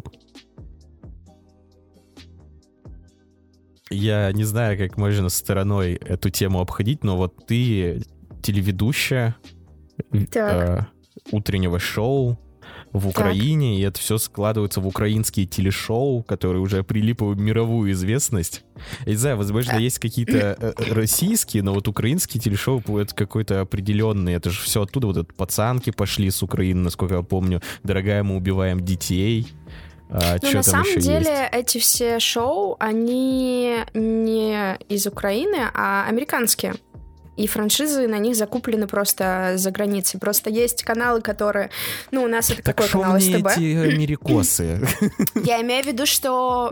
Я не знаю, как можно стороной эту тему обходить, но вот ты телеведущая утреннего шоу в Украине, и это все складывается в украинские телешоу, которые уже прилипли в мировую известность. Я не знаю, возможно, есть какие-то российские, но вот украинские телешоу это какой-то определенный. Это же все оттуда, вот это «Пацанки» пошли с Украины, насколько я помню. «Дорогая, мы убиваем детей». Ну, на самом деле, эти все шоу, они не из Украины, а американские. И франшизы на них закуплены просто за границей. Просто есть каналы, которые... Ну, у нас это так какой канал, СТБ? Так эти америкосы? Я имею в виду, что,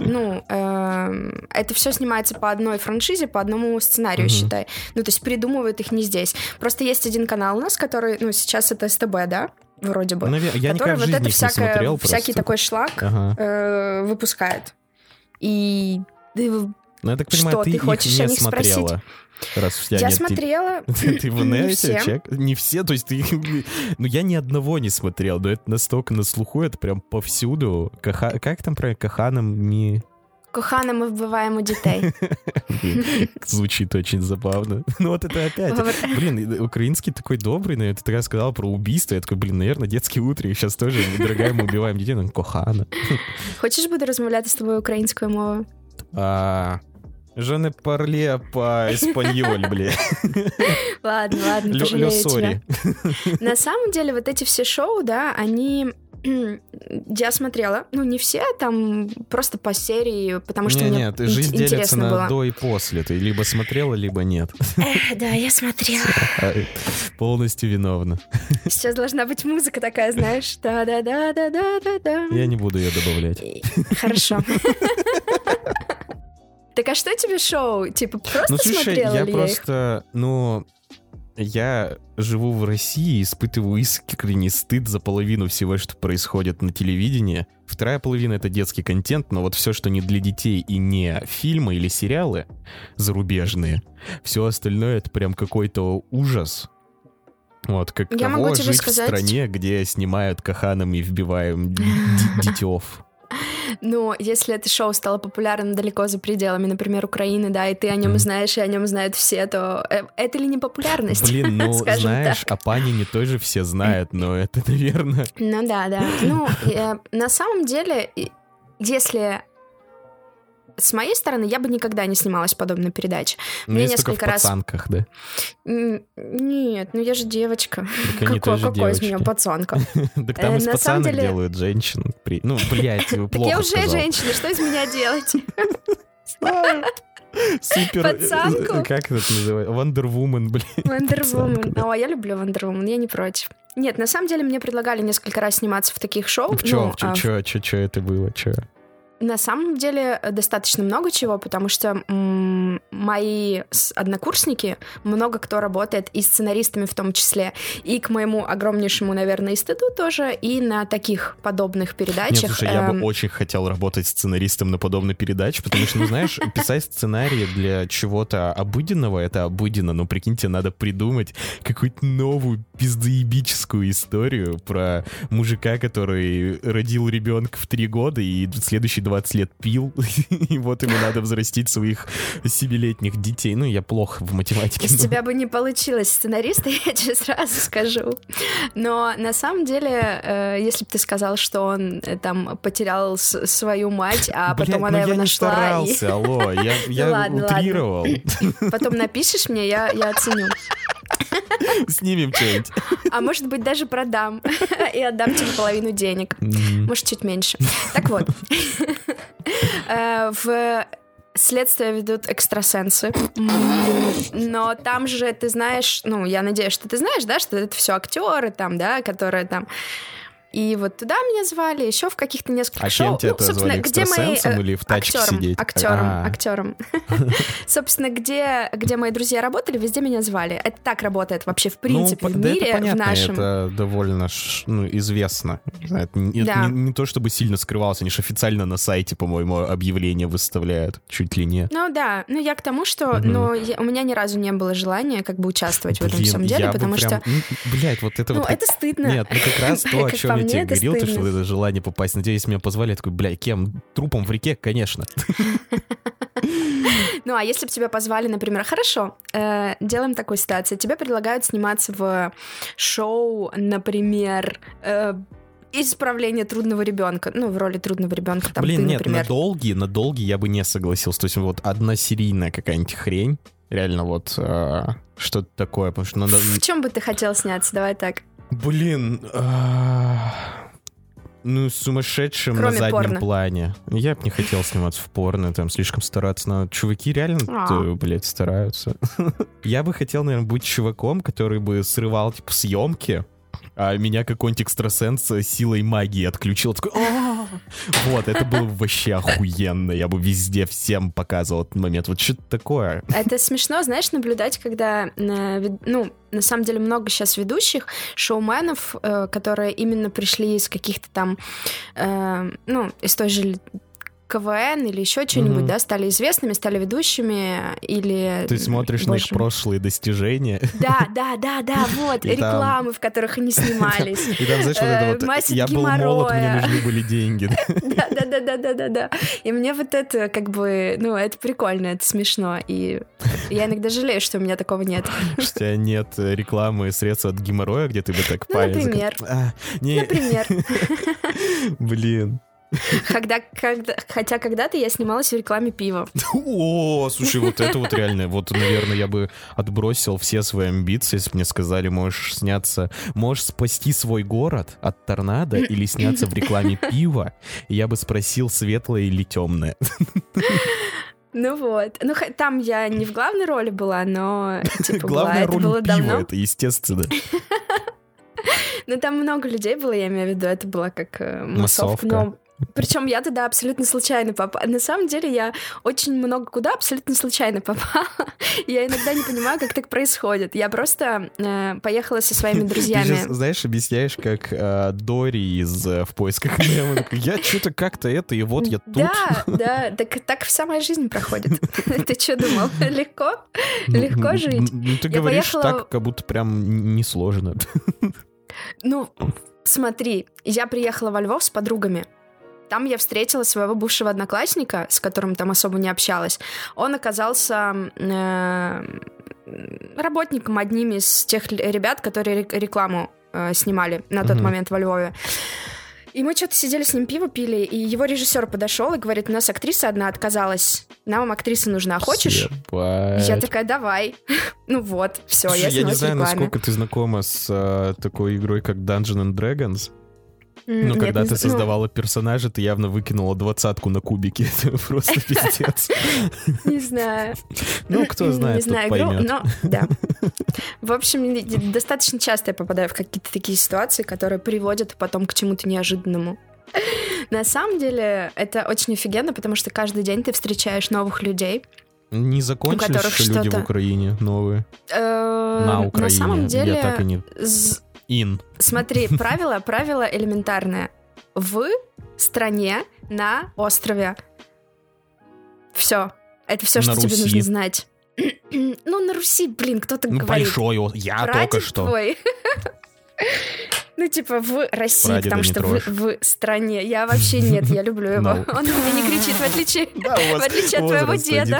это все снимается по одной франшизе, по одному сценарию, считай. Ну, то есть придумывают их не здесь. Просто есть один канал у нас, который, сейчас это СТБ, да? Вроде бы. Я никогда в жизни их не смотрел. Всякий такой шлак выпускает. И... Ну, я так понимаю, ты их не смотрела. Раз я смотрела. Ты в инете? Не все, то есть ты... Ну, я ни одного не смотрел, но это настолько на слуху, это прям повсюду. Как там про коханом? Кохана мы вбиваємо дітей. Звучит очень забавно. Ну вот это опять. Блин, украинский такой добрый, но ты тогда сказала про убийство. Я такой, наверное, детский утренник. Сейчас тоже, дорогая, мы убиваем детей. Ну, кохана. Хочеш буду розмовляти з тобою українською мовою? Je ne parle pas espagnol, бля. Ладно, пожалею тебя. На самом деле, вот эти все шоу, да, они... Я смотрела, не все, там просто по серии, потому что мне интересно было. Нет, жизнь делится на до и после. Ты либо смотрела, либо нет. Да, я смотрела. Полностью виновна. Сейчас должна быть музыка такая, знаешь. Да-да-да-да-да-да. Я не буду ее добавлять. Хорошо. Так а что тебе шоу? Типа просто смотрела я просто, я живу в России, испытываю искренний стыд за половину всего, что происходит на телевидении. Вторая половина — это детский контент, но вот все, что не для детей и не фильмы или сериалы зарубежные, все остальное — это прям какой-то ужас. Вот, каково жить в стране, где снимают коханом и вбиваем детев. Но если это шоу стало популярным далеко за пределами, например, Украины, да, и ты о нем знаешь, и о нем знают все, то это ли не популярность? Блин, знаешь, о Панине тоже все знают, но это, наверное... Ну да. На самом деле, если... С моей стороны, я бы никогда не снималась в подобной передаче. Мне несколько раз... в «Пацанках», да? Нет, я же девочка. Какой из меня пацанка? Так там из пацанок делают женщин. Ну, блядь, вы плохо сказал. Так я уже женщина, что из меня делать? Супер... Пацанку? Как это называется? Вандервумен, блин. Вандервумен. О, я люблю Вандервумен, я не против. Нет, на самом деле мне предлагали несколько раз сниматься в таких шоу. В чем? Чё это было? Чё? на самом деле достаточно много чего, потому что мои однокурсники, много кто работает и сценаристами в том числе, и к моему огромнейшему, наверное, стыду тоже, и на таких подобных передачах. Нет, слушай, я бы очень хотел работать сценаристом на подобной передаче, потому что, ну, знаешь, писать сценарии для чего-то обыденного — это обыденно, но, прикиньте, надо придумать какую-то новую пиздоебическую историю про мужика, который родил ребенка в 3 года и следующие 20 лет пил, и вот ему надо взрастить своих 7-летних детей. Ну, я плохо в математике. Из тебя бы не получилось сценариста, я тебе сразу скажу. Но на самом деле, если бы ты сказал, что он там потерял свою мать, а потом она его нашла... я не старался, алло, я утрировал. Потом напишешь мне, я оценю. Снимем что-нибудь. А может быть, даже продам и отдам тебе половину денег. Может, чуть меньше. Так вот. В следствие ведут экстрасенсы. Но там же, ты знаешь, ну, я надеюсь, что ты знаешь, да, что это все актеры там, да, которые там... И вот туда меня звали, еще в каких-то нескольких шоу. А кем тебя звали, экстрасенсом или в тачке сидеть? Актером. Собственно, где мои друзья работали, везде меня звали. Это так работает вообще в принципе в мире, это понятно, в нашем. Это довольно известно. Это не то, чтобы сильно скрывалось, они же официально на сайте, по-моему, объявления выставляют, чуть ли не. Ну да, ну я к тому, что у меня ни разу не было желания как бы участвовать в этом всем деле, потому что... Блядь, вот это вот... Ну это стыдно. Нет, ну как раз то, о чем я тебе говорил, то, что это желание попасть. Надеюсь, меня позвали, я такой, бля, кем? Трупом в реке? Конечно. Ну, а если бы тебя позвали, например, хорошо, делаем такую ситуацию, тебе предлагают сниматься в шоу, например, исправление трудного ребенка, ну, в роли трудного ребенка, там, блин, ты, нет, например. на долгий я бы не согласился, то есть вот односерийная какая-нибудь хрень, реально вот что-то такое, потому что надо... В чем бы ты хотел сняться, давай так. Блин, ну, сумасшедшим кроме на заднем порно. Плане. Я бы не хотел сниматься в порно, там слишком стараться. Но чуваки реально, блядь, стараются. Я бы хотел, наверное, быть чуваком, который бы срывал, типа, съемки, а меня какой-нибудь экстрасенс силой магии отключил. Такой, вот, это было вообще охуенно. Я бы везде всем показывал этот момент. Вот что-то такое. Это смешно, знаешь, наблюдать, когда, ну, на самом деле много сейчас ведущих, шоуменов, которые именно пришли из каких-то там, ну, из той же КВН или еще что-нибудь, да, стали известными, стали ведущими, или... Ты смотришь на их прошлые достижения. Да, вот, рекламы, в которых они снимались. И там, знаешь, вот это вот, я был молод, мне нужны были деньги. Да. И мне вот это, как бы, ну, это прикольно, это смешно, и я иногда жалею, что у меня такого нет. Что у тебя нет рекламы средств от геморроя, где ты бы так палец... Например. Блин. Хотя когда-то я снималась в рекламе пива. О, слушай, вот это вот реально, вот, наверное, я бы отбросил все свои амбиции, если бы мне сказали, можешь спасти свой город от торнадо или сняться в рекламе пива, и я бы спросил, светлое или темное. Ну вот. Ну, там я не в главной роли была, но, типа, главная роль было пива, давно. это естественно. Ну, там много людей было, я имею в виду, это была как массовка. Но причем я туда абсолютно случайно попала. На самом деле я очень много куда абсолютно случайно попала. Я иногда не понимаю, как так происходит. Я просто поехала со своими друзьями. Ты сейчас, знаешь, объясняешь, как Дори из «В поисках Немо». Я что-то как-то это, и вот я тут. Да, так вся моя жизнь проходит. Ты что думал? Легко? Легко жить? Ну, ты говоришь так, как будто прям несложно. Ну, смотри, я приехала во Львов с подругами. Там я встретила своего бывшего одноклассника, с которым там особо не общалась. Он оказался работником одним из тех ребят, которые рекламу снимали на тот момент во Львове. И мы что-то сидели с ним, пиво пили, и его режиссер подошел и говорит, у нас актриса одна отказалась, нам актриса нужна, хочешь? Я такая, давай. Ну вот, все, я снялась в рекламе. Я не знаю, насколько ты знакома с такой игрой, как Dungeons and Dragons. Ну, когда ты создавала персонажа, ты явно выкинула 20-ку на кубики. Это просто пиздец. Не знаю. Ну, кто знает, тот поймет. Да. В общем, достаточно часто я попадаю в какие-то такие ситуации, которые приводят потом к чему-то неожиданному. На самом деле это очень офигенно, потому что каждый день ты встречаешь новых людей. Не закончились еще люди в Украине новые? На Украине. На самом деле... Я так и не... Смотри, правило элементарное. В стране на острове. Все. Это все, что тебе нужно знать. Ну, на Руси, блин, кто-то говорит. Большой, я только что. Твой. Ну, типа, в России, прадеда, потому что в стране. Я вообще нет, я люблю его. Он у меня не кричит, в отличие от твоего деда.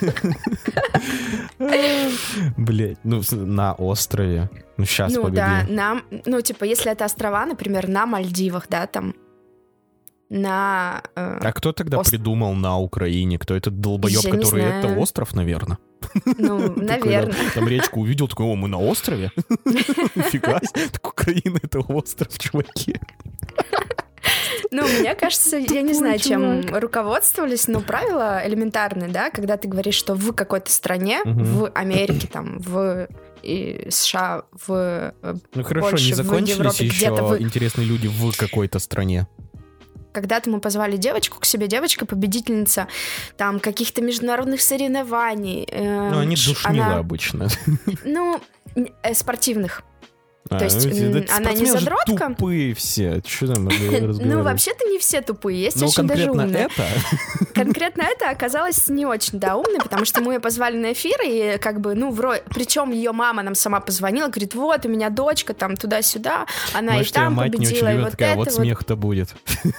Блять, ну, на острове. Ну, сейчас, погоди. Ну, да, ну, типа, если это острова, например, на Мальдивах, да, там, на... А кто тогда придумал на Украине? Кто этот долбоеб, который... Это остров, наверное? Ну, наверное. Там речку увидел, такой, о, мы на острове? Фига себе. Так Украина — это остров, чуваки. Ну, мне кажется, я не знаю, чем руководствовались, но правила элементарные, да, когда ты говоришь, что в какой-то стране, в Америке, там, в США, в Ну, хорошо, не закончились еще интересные люди в какой-то стране? Когда-то мы позвали девочку к себе, девочка-победительница там каких-то международных соревнований. Ну, они душнилы обычно. Ну, спортивных. То есть она не задротка. Тупые все. Что там разговаривать? Ну, вообще-то не все тупые, есть очень даже умные. Конкретно это оказалось не очень, да, умной, потому что мы ее позвали на эфир, и как бы, ну, причем ее мама нам сама позвонила, говорит, вот, у меня дочка там туда-сюда, она и там победила, и вот это вот. смех-то будет.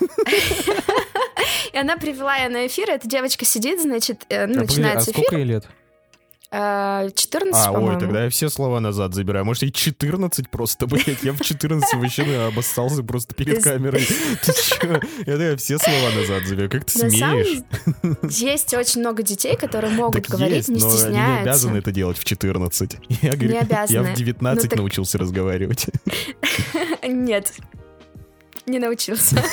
И она привела ее на эфир, эта девочка сидит, значит, начинается эфир. А сколько ей лет? 14, по-моему. Ой, тогда я все слова назад забираю. Может, и 14 просто, блядь. Я в 14 вообще обоссался просто перед камерой. Ты чё? Я все слова назад забираю. Как ты смеешь? Есть очень много детей, которые могут говорить, не стесняются. Но они не обязаны это делать в 14. Я говорю, я в 19 научился разговаривать. Нет, не научился.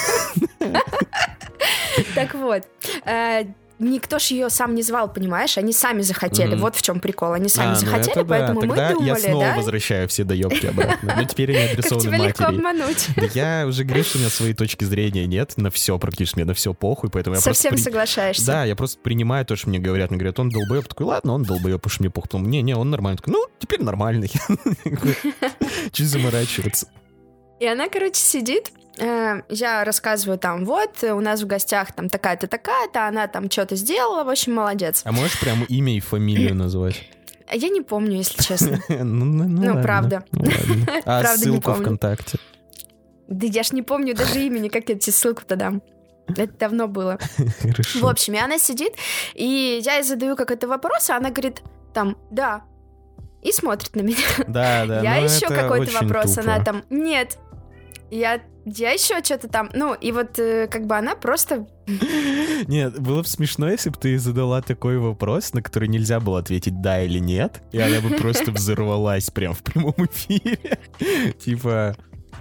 Так вот, никто ж ее сам не звал, понимаешь? Они сами захотели. Вот в чем прикол. Они сами захотели, поэтому мы думали, я снова возвращаю все доебки обратно. Но теперь они адресованы матери. Как тебя легко обмануть. Да я уже говорю, что у меня своей точки зрения нет. На все практически, мне на все похуй, поэтому я совсем соглашаешься. Да, я просто принимаю то, что мне говорят. Мне говорят, он долбоеб. Такой, ладно, он долбоеб, потому что мне похуй. Не, он нормальный. Такой, ну, теперь нормальный. Чуть заморачиваться. И она, короче, сидит. Я рассказываю там, вот, у нас в гостях там такая-то, такая-то, она там что-то сделала, в общем, молодец. А можешь прям имя и фамилию назвать? Я не помню, если честно. Ну, правда. А ссылку ВКонтакте? Да я ж не помню даже имени, как я тебе ссылку-то дам. Это давно было. Хорошо. В общем, и она сидит, и я ей задаю какой-то вопрос, а она говорит, там, да, и смотрит на меня. Да. Я еще какой-то вопрос, она там, нет. Я еще что-то там, ну, и вот как бы она просто... Нет, было бы смешно, если бы ты задала такой вопрос, на который нельзя было ответить да или нет, и она бы просто взорвалась прям в прямом эфире. Типа...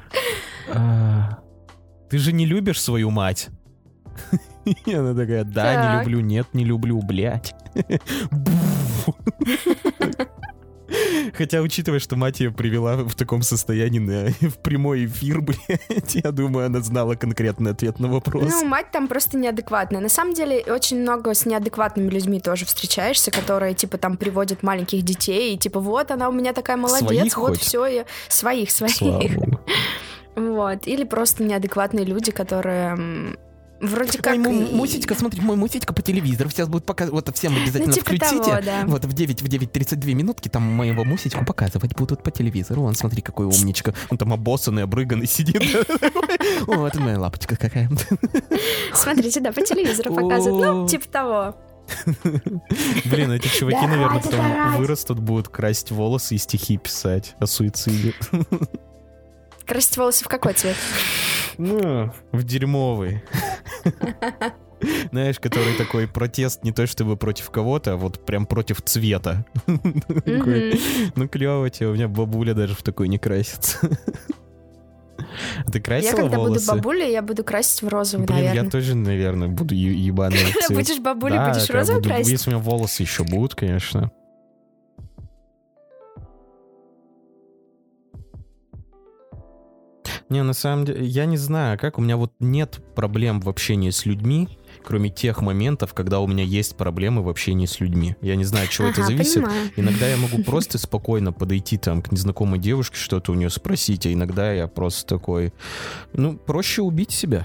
Ты же не любишь свою мать? И она такая, да, не люблю, нет, не люблю, блядь. Хотя, учитывая, что мать ее привела в таком состоянии в прямой эфир, блядь, я думаю, она знала конкретный ответ на вопрос. Ну, мать там просто неадекватная. На самом деле, очень много с неадекватными людьми тоже встречаешься, которые, типа, там приводят маленьких детей, и, типа, вот, она у меня такая молодец, своих вот хоть? Все, я... Своих. Вот. Или просто неадекватные люди, которые... Вроде как... Мусечка, смотри, мой Мусечка по телевизору сейчас будет показывать. Вот всем обязательно типа включите. Того, да. Вот в 9:32 минутки там моего Мусечку показывать будут по телевизору. Вон, смотри, какой умничка. Он там обоссанный, обрыганный сидит. О, это моя лапочка какая. Смотрите, да, по телевизору показывают. Ну, типа того. Блин, эти чуваки, наверное, потом вырастут, будут красить волосы и стихи писать о суициде. Красить волосы в какой цвет? Ну, в дерьмовый. Знаешь, который такой протест не то чтобы против кого-то, а вот прям против цвета. Ну, клево тебе, у меня бабуля даже в такой не красится. Ты красила волосы? Я когда буду бабулей, я буду красить в розовый, наверное. Я тоже, наверное, буду ебаный цвет. Будешь бабулей, будешь розовый красить? Если у меня волосы еще будут, конечно. Не, на самом деле, я не знаю, как. У меня вот нет проблем в общении с людьми, кроме тех моментов, когда у меня есть проблемы в общении с людьми. Я не знаю, от чего это зависит. Понимаю. Иногда я могу просто спокойно подойти там к незнакомой девушке, что-то у нее спросить, а иногда я просто такой, проще убить себя.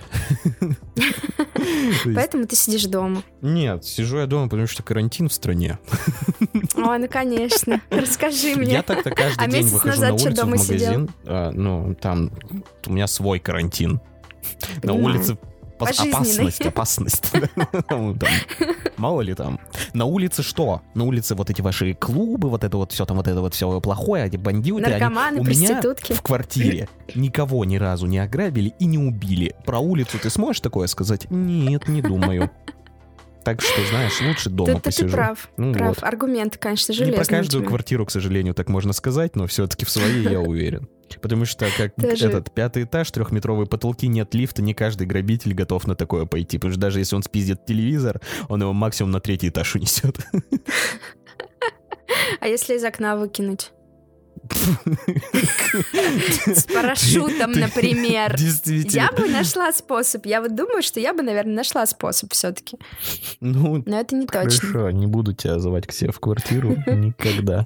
Поэтому ты сидишь дома? Нет, сижу я дома, потому что карантин в стране. О, ну конечно. Расскажи мне. Я так-то каждый день выхожу на улицу в магазин. Там у меня свой карантин. На улице опасность. Мало ли там. На улице что? На улице вот эти ваши клубы, вот это вот все плохое, эти бандиты. Наркоманы, у проститутки. Меня в квартире никого ни разу не ограбили и не убили. Про улицу ты сможешь такое сказать? Нет, не думаю. Так что, знаешь, лучше дома посижу. Ты прав. Вот. Аргументы, конечно, железные. Не про каждую квартиру, к сожалению, так можно сказать, но все-таки в своей я уверен. Потому что, как этот 5-й этаж, 3-метровые потолки, нет лифта, не каждый грабитель готов на такое пойти. Потому что даже если он спиздит телевизор, он его максимум на 3-й этаж унесет. А если из окна выкинуть? С парашютом, например. Действительно. Я бы нашла способ. Я вот думаю, что я бы, наверное, нашла способ все-таки. Но это не точно. Хорошо, не буду тебя звать к себе в квартиру никогда.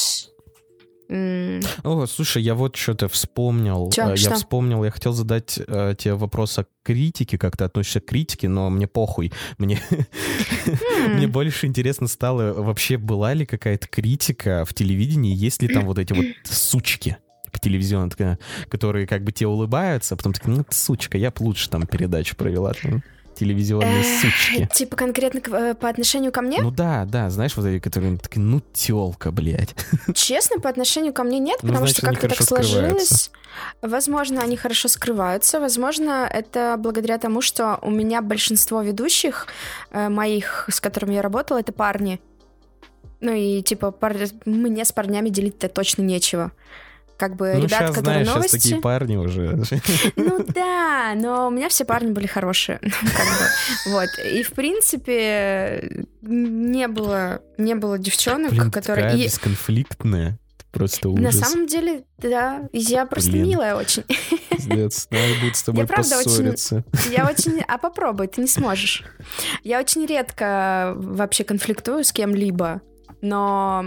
О, слушай, я вот что-то вспомнил. Я хотел задать тебе вопрос о критике, как ты относишься к критике, но мне похуй. Мне больше интересно стало, вообще была ли какая-то критика в телевидении, есть ли там вот эти вот сучки телевизионные, которые как бы тебе улыбаются, а потом такие, сучка, я бы лучше там передачу провела. Телевизионные сучки. Типа конкретно по отношению ко мне? Ну да, знаешь, вот эти, которые такие, тёлка, блядь. Честно, по отношению ко мне нет, потому что как-то так сложилось. Возможно, они хорошо скрываются. Возможно, это благодаря тому, что у меня большинство ведущих моих, с которыми я работала, это парни. Ну и типа мне с парнями делить-то точно нечего. Как бы ребята, сейчас, которые знаешь, новости... сейчас такие парни уже. Ну да, но у меня все парни были хорошие. Вот. И, в принципе, не было девчонок, которые... Такая бесконфликтная. Просто ужас. На самом деле, да. Я просто милая очень. Пиздец, надо будет с тобой поссориться. Я очень... А попробуй, ты не сможешь. Я очень редко вообще конфликтую с кем-либо, но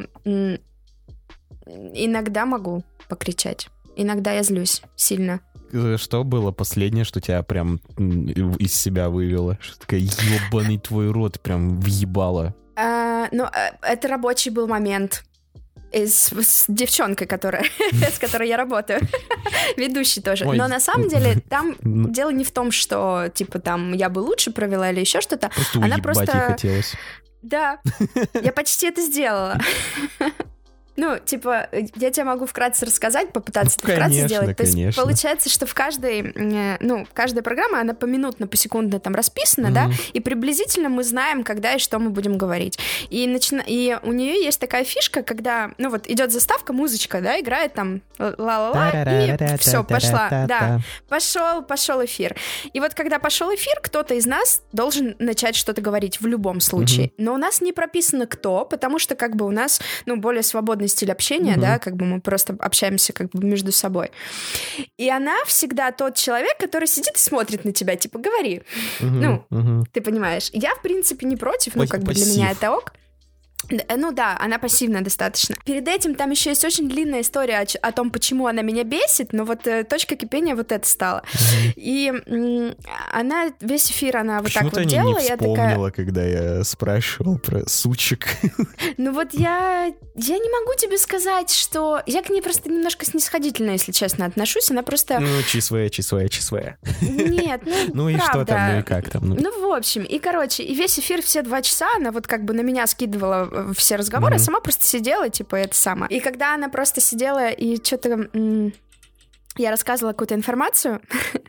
иногда могу покричать. Иногда я злюсь сильно. Что было последнее, что тебя прям из себя вывело? Что такая, ёбаный твой рот, прям въебало? Это рабочий был момент. С девчонкой, с которой я работаю. Ведущей тоже. Ой. Но на самом деле там дело не в том, что типа там я бы лучше провела или еще что-то. Она просто... ей хотелось. Да. Я почти это сделала. Ну, типа, я тебе могу вкратце рассказать, попытаться это вкратце сделать. То есть получается, что каждая программа, она поминутно, посекундно там расписана, да, и приблизительно мы знаем, когда и что мы будем говорить. И у нее есть такая фишка, когда, идет заставка, музычка, да, играет там ла-ла-ла, и все, пошла, да, пошел эфир. И вот когда пошел эфир, кто-то из нас должен начать что-то говорить в любом случае. Но у нас не прописано кто, потому что как бы у нас, более свободный стиль общения, да, как бы мы просто общаемся как бы между собой. И она всегда тот человек, который сидит и смотрит на тебя, типа, говори. Ты понимаешь. Я, в принципе, не против, как бы для меня это ок. Ну да, она пассивная достаточно. Перед этим там еще есть очень длинная история о том, почему она меня бесит, но вот точка кипения вот это стала. И она весь эфир, она вот так вот делала. Почему ты не вспомнила, когда я спрашивал про сучек? Ну вот я не могу тебе сказать, что... Я к ней просто немножко снисходительно, если честно, отношусь. Она просто... Чисвая. Нет, ну и что там, ну и как там? Ну, в общем, и, короче, и весь эфир, все 2 часа, она вот как бы на меня скидывала все разговоры, а сама просто сидела, типа, это самое. И когда она просто сидела и что-то... Я рассказывала какую-то информацию,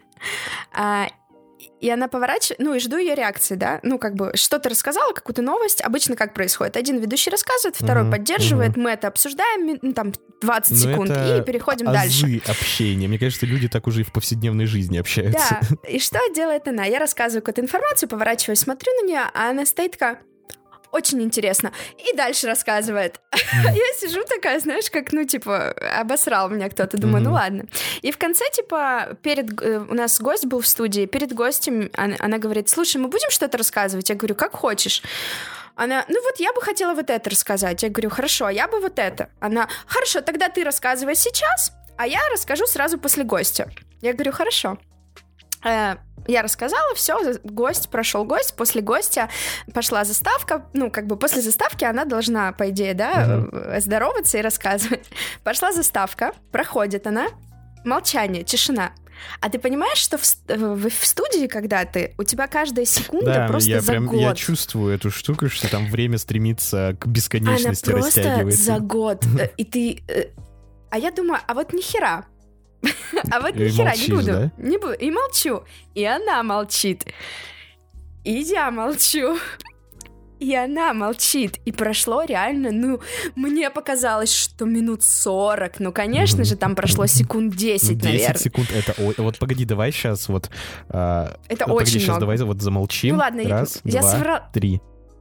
и она поворачивает, и жду ее реакции, да, как бы что-то рассказала, какую-то новость, обычно как происходит. Один ведущий рассказывает, второй поддерживает, мы это обсуждаем, там, 20 секунд, и переходим дальше. Азы общения. Мне кажется, люди так уже и в повседневной жизни общаются. Да, и что делает она? Я рассказываю какую-то информацию, поворачиваюсь, смотрю на нее, а она стоит такая... очень интересно. И дальше рассказывает. Я сижу такая, знаешь, как, обосрал меня кто-то. Думаю, ну ладно. И в конце, у нас гость был в студии, перед гостем она говорит, слушай, мы будем что-то рассказывать? Я говорю, как хочешь. Она, я бы хотела вот это рассказать. Я говорю, хорошо, а я бы вот это. Она, хорошо, тогда ты рассказывай сейчас, а я расскажу сразу после гостя. Я говорю, хорошо. Я рассказала, все, прошел гость, после гостя пошла заставка, после заставки она должна, по идее, здороваться и рассказывать. Пошла заставка, проходит она, молчание, тишина. А ты понимаешь, что в студии, когда у тебя каждая секунда просто за год. Я чувствую эту штуку, что там время стремится к бесконечности, растягивается. Она просто за год. И ты... А я думаю, а вот нихера. А вот нихера не буду. Да? Не буду. И молчу. И она молчит. И я молчу. И она молчит. И прошло реально, мне показалось, что минут 40. Конечно же, там прошло секунд 10, наверное. 10 секунд, это... Вот погоди, давай сейчас вот... Это очень погоди, сейчас много. Давай замолчим. Ну ладно, раз, я два, соврала. 3.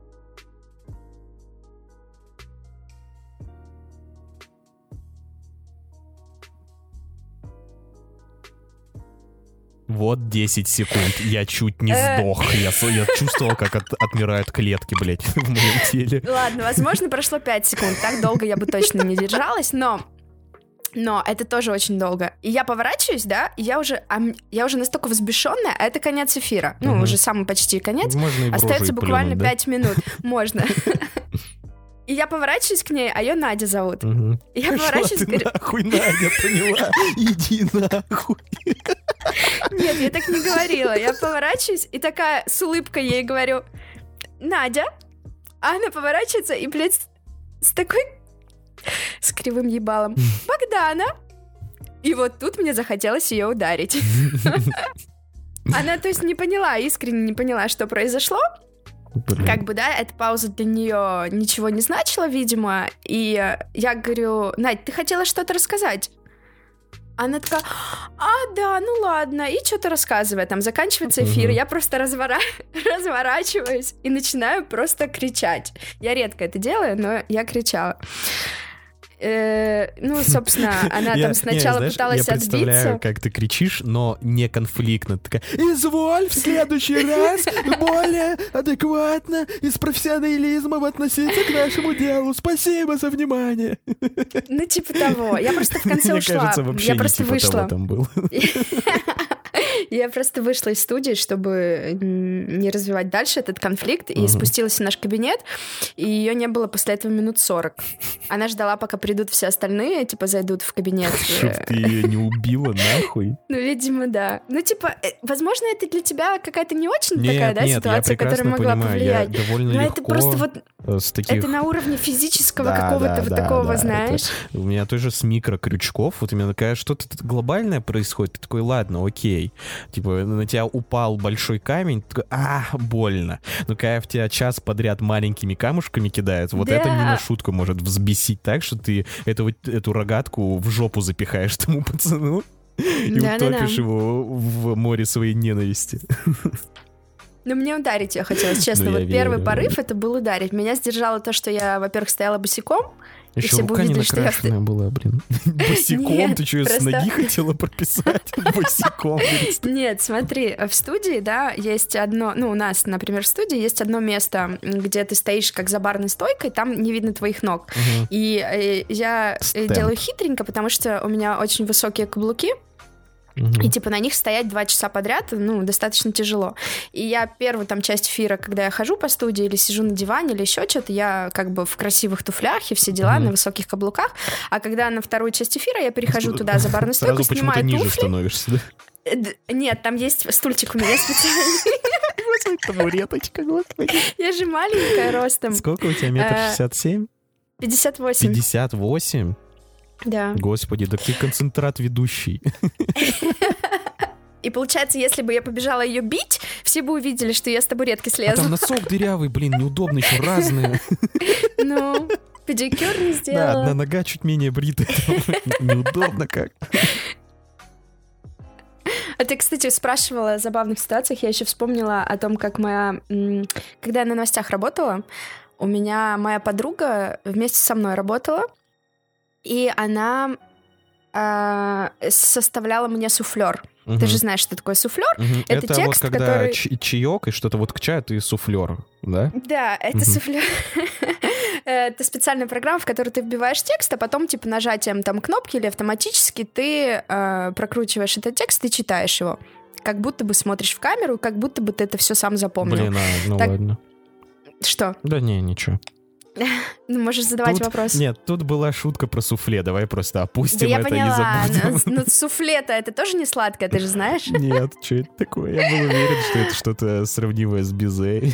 Вот 10 секунд. Я чуть не сдох. Я чувствовал, как отмирают клетки, блядь, в моем теле. Ладно, возможно, прошло 5 секунд. Так долго я бы точно не держалась, но это тоже очень долго. И я поворачиваюсь, да, и я уже настолько взбешенная, а это конец эфира. Уже самый почти конец. Остается буквально 5 минут. Можно. И я поворачиваюсь к ней, а ее Надя зовут. И я поворачиваюсь... Шо ты нахуй, Надя, поняла? Иди нахуй. Нет, я так не говорила. Я поворачиваюсь и такая с улыбкой ей говорю, Надя. А она поворачивается и, блядь, с кривым ебалом. Богдана. И вот тут мне захотелось ее ударить. Она, то есть, не поняла, искренне не поняла, что произошло. Эта пауза для нее ничего не значила, видимо. И я говорю, Надь, ты хотела что-то рассказать? Она такая, да, ну ладно, и что-то рассказывая, там заканчивается эфир, я просто разворачиваюсь и начинаю просто кричать. Я редко это делаю, но я кричала. Собственно, она там сначала пыталась отбиться. Я представляю, как ты кричишь, но не конфликтно. Ты такая, изволь в следующий раз более адекватно и с профессионализмом относиться к нашему делу. Спасибо за внимание. Типа того. Я просто в конце ушла. Мне кажется, вообще не типа того там был. Я просто вышла из студии, чтобы не развивать дальше этот конфликт, и спустилась в наш кабинет, и ее не было после этого минут 40. Она ждала, пока придут все остальные, зайдут в кабинет. Чтоб ты ее не убила, нахуй. Видимо, да. Возможно, это для тебя какая-то не очень такая, ситуация, которая могла повлиять. Я довольно легко это просто это на уровне физического какого-то такого, знаешь. У меня тоже с микрокрючков, вот именно такая что-то глобальное происходит, ты такой, ладно, окей. На тебя упал большой камень, ты такой, больно. Но когда в тебя час подряд маленькими камушками кидают, вот это не на шутку может взбесить так, что ты эту рогатку в жопу запихаешь тому пацану и утопишь его в море своей ненависти. Мне ударить ее хотелось, честно. Первый порыв это был ударить. Меня сдержало то, что я, во-первых, стояла босиком. Еще и все рука не увидели, накрашенная была, блин. Босиком? Ты что, с ноги хотела прописать? Босиком. Нет, смотри, в студии, есть одно... у нас, например, в студии есть одно место, где ты стоишь как за барной стойкой, там не видно твоих ног. И я делаю хитренько, потому что у меня очень высокие каблуки, и на них стоять 2 часа подряд, достаточно тяжело. И я первую часть эфира, когда я хожу по студии или сижу на диване или еще что-то, я в красивых туфлях и все дела, на высоких каблуках. А когда на вторую часть эфира я перехожу туда за барную стойку, снимаю туфли. Сразу почему-то ниже становишься, да? Нет, там есть стульчик у меня специальный. Господи, табуреточка, господи. Я же маленькая ростом. Сколько у тебя, 1,67 м? 58. 58? Да. Господи, да ты концентрат ведущий. И получается, если бы я побежала ее бить, все бы увидели, что я с табуретки слезла. Там носок дырявый, блин, неудобно, еще разные. Педикюр не сделала. Да, одна нога чуть менее бритая. Неудобно как. А ты, кстати, спрашивала о забавных ситуациях. Я еще вспомнила о том, как когда я на новостях работала, у меня моя подруга вместе со мной работала, и она составляла мне суфлер. Ты же знаешь, что такое суфлер. Это текст, вот когда который... чаек и что-то вот к чаю, ты суфлер, да? Да, это суфлер. Это специальная программа, в которую ты вбиваешь текст, а потом, типа, нажатием там кнопки или автоматически ты прокручиваешь этот текст и читаешь его. Как будто бы смотришь в камеру, как будто бы ты это все сам запомнил. Блин, ну так... ладно. Что? Да не, ничего. Ну, можешь задавать вопрос. Нет, тут была шутка про суфле, давай просто опустим это и забудем. Но суфле-то это тоже не сладкое, ты же знаешь? Нет, что это такое? Я был уверен, что это что-то сравнимое с безе.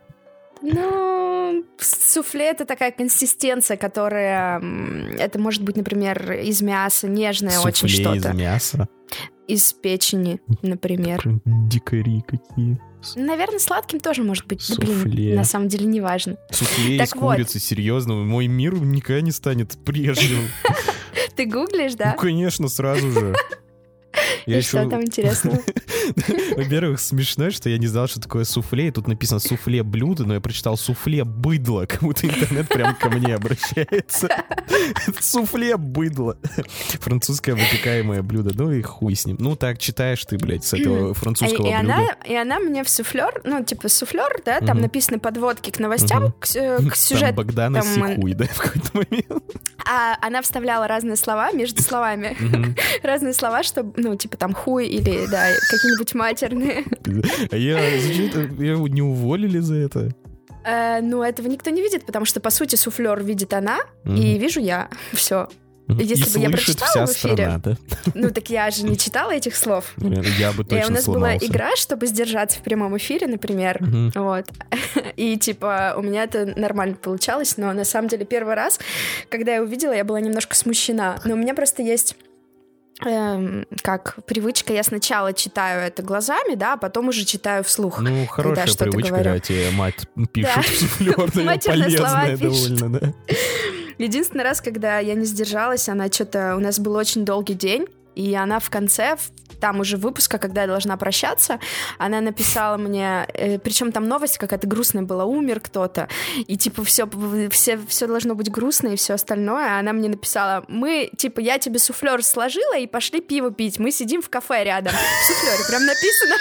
Ну, суфле — это такая консистенция, которая... Это может быть, например, из мяса, нежное очень что-то. Суфле из мяса? Из печени, например. Дикари какие. Наверное, сладким тоже может быть. Суфле. Блин, на самом деле не важно. Суфле из курицы, серьезно. Мой мир никогда не станет прежним. Ты гуглишь, да? Ну, конечно, сразу же. И что там интересного? Во-первых, смешно, что я не знал, что такое суфле. И тут написано суфле блюдо, но я прочитал суфле быдло. Как будто интернет прям ко мне обращается. Суфле быдло. Французское выпекаемое блюдо. Ну и хуй с ним. Ну так читаешь ты, блядь, с этого французского блюда. И она мне в суфлер, ну типа суфлер, да, там написаны подводки к новостям, к сюжету. Там Богдана Сихуй, да, в какой-то момент. А она вставляла разные слова между словами. Разные слова, чтобы, ну, типа там хуй или, да, какие-нибудь матерные. А ее не уволили за это? Ну, этого никто не видит, потому что, по сути, суфлер видит она, и вижу я. Все. Если бы я прочитала в эфире, страна, да? ну так я же не читала этих слов. Я бы точно у нас сломался. была игра, чтобы сдержаться в прямом эфире, например. Вот. И типа у меня это нормально получалось, но на самом деле первый раз, когда я увидела, я была немножко смущена. Но у меня просто есть... как привычка, я сначала читаю это глазами, да, а потом уже читаю вслух. Ну, хорошая привычка, когда тебе мать пишет суфлёр, полезная довольно, да. Единственный раз, когда я не сдержалась, она что-то... У нас был очень долгий день, и она в конце, там уже выпуска, когда я должна прощаться, она написала мне, причем там новость какая-то грустная была, умер кто-то, и типа все должно быть грустно и все остальное, а она мне написала, я тебе суфлер сложила и пошли пиво пить, мы сидим в кафе рядом, в суфлере, прям написано.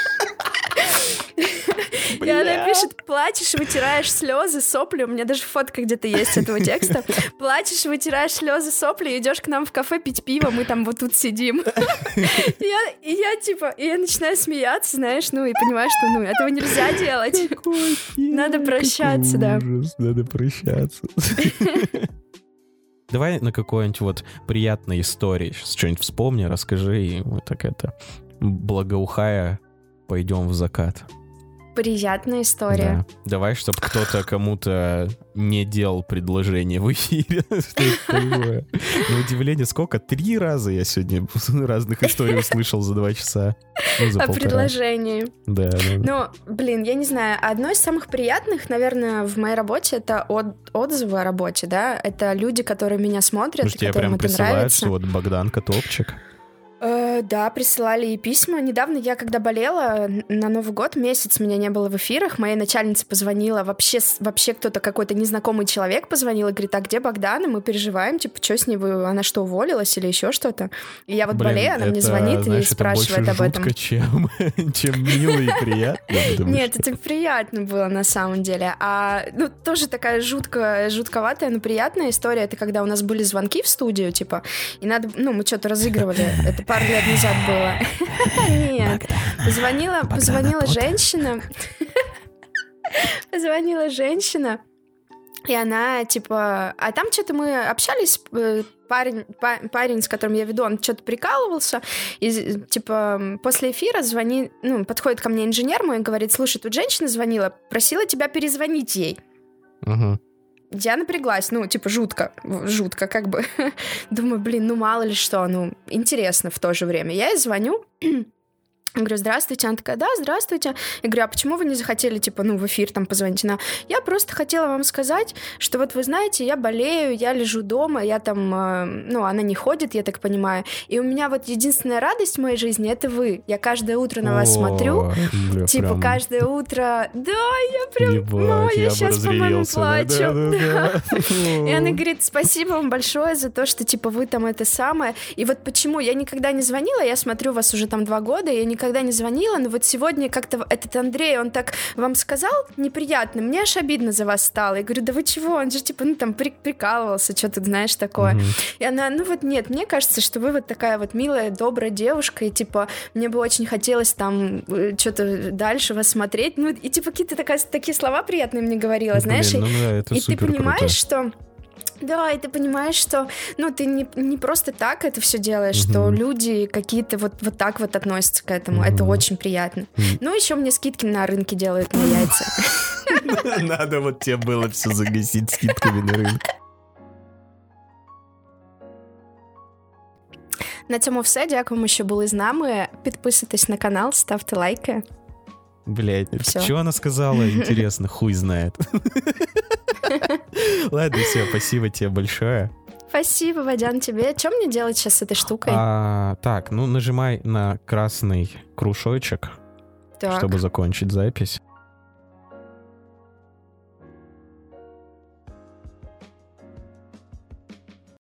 И она пишет, плачешь, вытираешь слезы, сопли. У меня даже фотка где-то есть этого текста. Плачешь, вытираешь слезы, сопли, идешь к нам в кафе пить пиво, мы там вот тут сидим. И я начинаю смеяться, знаешь, ну и понимаю, что ну этого нельзя делать. Надо прощаться, да. Надо прощаться. Давай на какой-нибудь вот приятной истории сейчас что-нибудь вспомни, расскажи, и мы так это благоухая пойдем в закат. Приятная история. Да. Давай, чтобы кто-то кому-то не делал предложение в эфире. На удивление, сколько? 3 раза я сегодня разных историй услышал за 2 часа. О предложении. Да. Ну, блин, я не знаю. Одно из самых приятных, наверное, в моей работе — это отзывы о работе, да? Это люди, которые меня смотрят, которым это нравится. Что вот Богданка топчик. Да, присылали и письма. Недавно я, когда болела, на Новый год месяц меня не было в эфирах, моей начальнице позвонила, вообще кто-то, какой-то незнакомый человек позвонил и говорит, а где Богдана? Мы переживаем, типа, что с ней, она что, уволилась или еще что-то? И я вот болею, она мне звонит и спрашивает об этом. Это чем мило и приятно. Нет, это приятно было на самом деле. Ну, тоже такая жутковатая, но приятная история, это когда у нас были звонки в студию, типа, и надо, ну, мы что-то разыгрывали, это пару лет назад было. Нет. Позвонила женщина. Позвонила женщина, и она, типа... А там что-то мы общались, парень, с которым я веду, он что-то прикалывался, и, типа, после эфира подходит ко мне инженер мой и говорит, слушай, тут женщина звонила, просила тебя перезвонить ей. Я напряглась, ну, типа, жутко, как бы. Думаю, блин, ну, мало ли что, ну, интересно в то же время. Я ей звоню, Я говорю, здравствуйте. Она такая, да, здравствуйте. Я говорю, а почему вы не захотели, типа, в эфир там позвонить? Она, я просто хотела вам сказать, что вот вы знаете, я болею, я лежу дома, я там, она не ходит, я так понимаю. И у меня вот единственная радость в моей жизни — это вы. Я каждое утро на вас смотрю. Типа, прям... каждое утро. Да, я прям... Ебать, я сейчас, по-моему, плачу. Да. И она говорит, спасибо вам большое за то, что, типа, вы там это самое. И вот почему я никогда не звонила, я смотрю вас уже там 2 года, я никогда не звонила, но вот сегодня как-то этот Андрей, он так вам сказал неприятно, мне аж обидно за вас стало. Я говорю, да вы чего? Он же типа, там прикалывался, что тут знаешь такое. И она, нет, мне кажется, что вы вот такая вот милая, добрая девушка, и типа мне бы очень хотелось там что-то дальше вас смотреть. И типа какие-то такие слова приятные мне говорила, знаешь. Это и ты понимаешь, круто. что... Да, и ты понимаешь, что, ты не просто так это все делаешь, что люди какие-то вот так вот относятся к этому. Это очень приятно. Ну, еще мне скидки на рынке делают на яйца. Надо вот тебе было все загасить скидками на рынке. На цьому все. Дякуємо, що були з нами. Підписуйтесь на канал, ставте лайки. Блять, что она сказала? Интересно, хуй знает. Ладно, все, спасибо тебе большое. Спасибо, Вадян, тебе. Что мне делать сейчас с этой штукой? Так, нажимай на красный кружочек, чтобы закончить запись.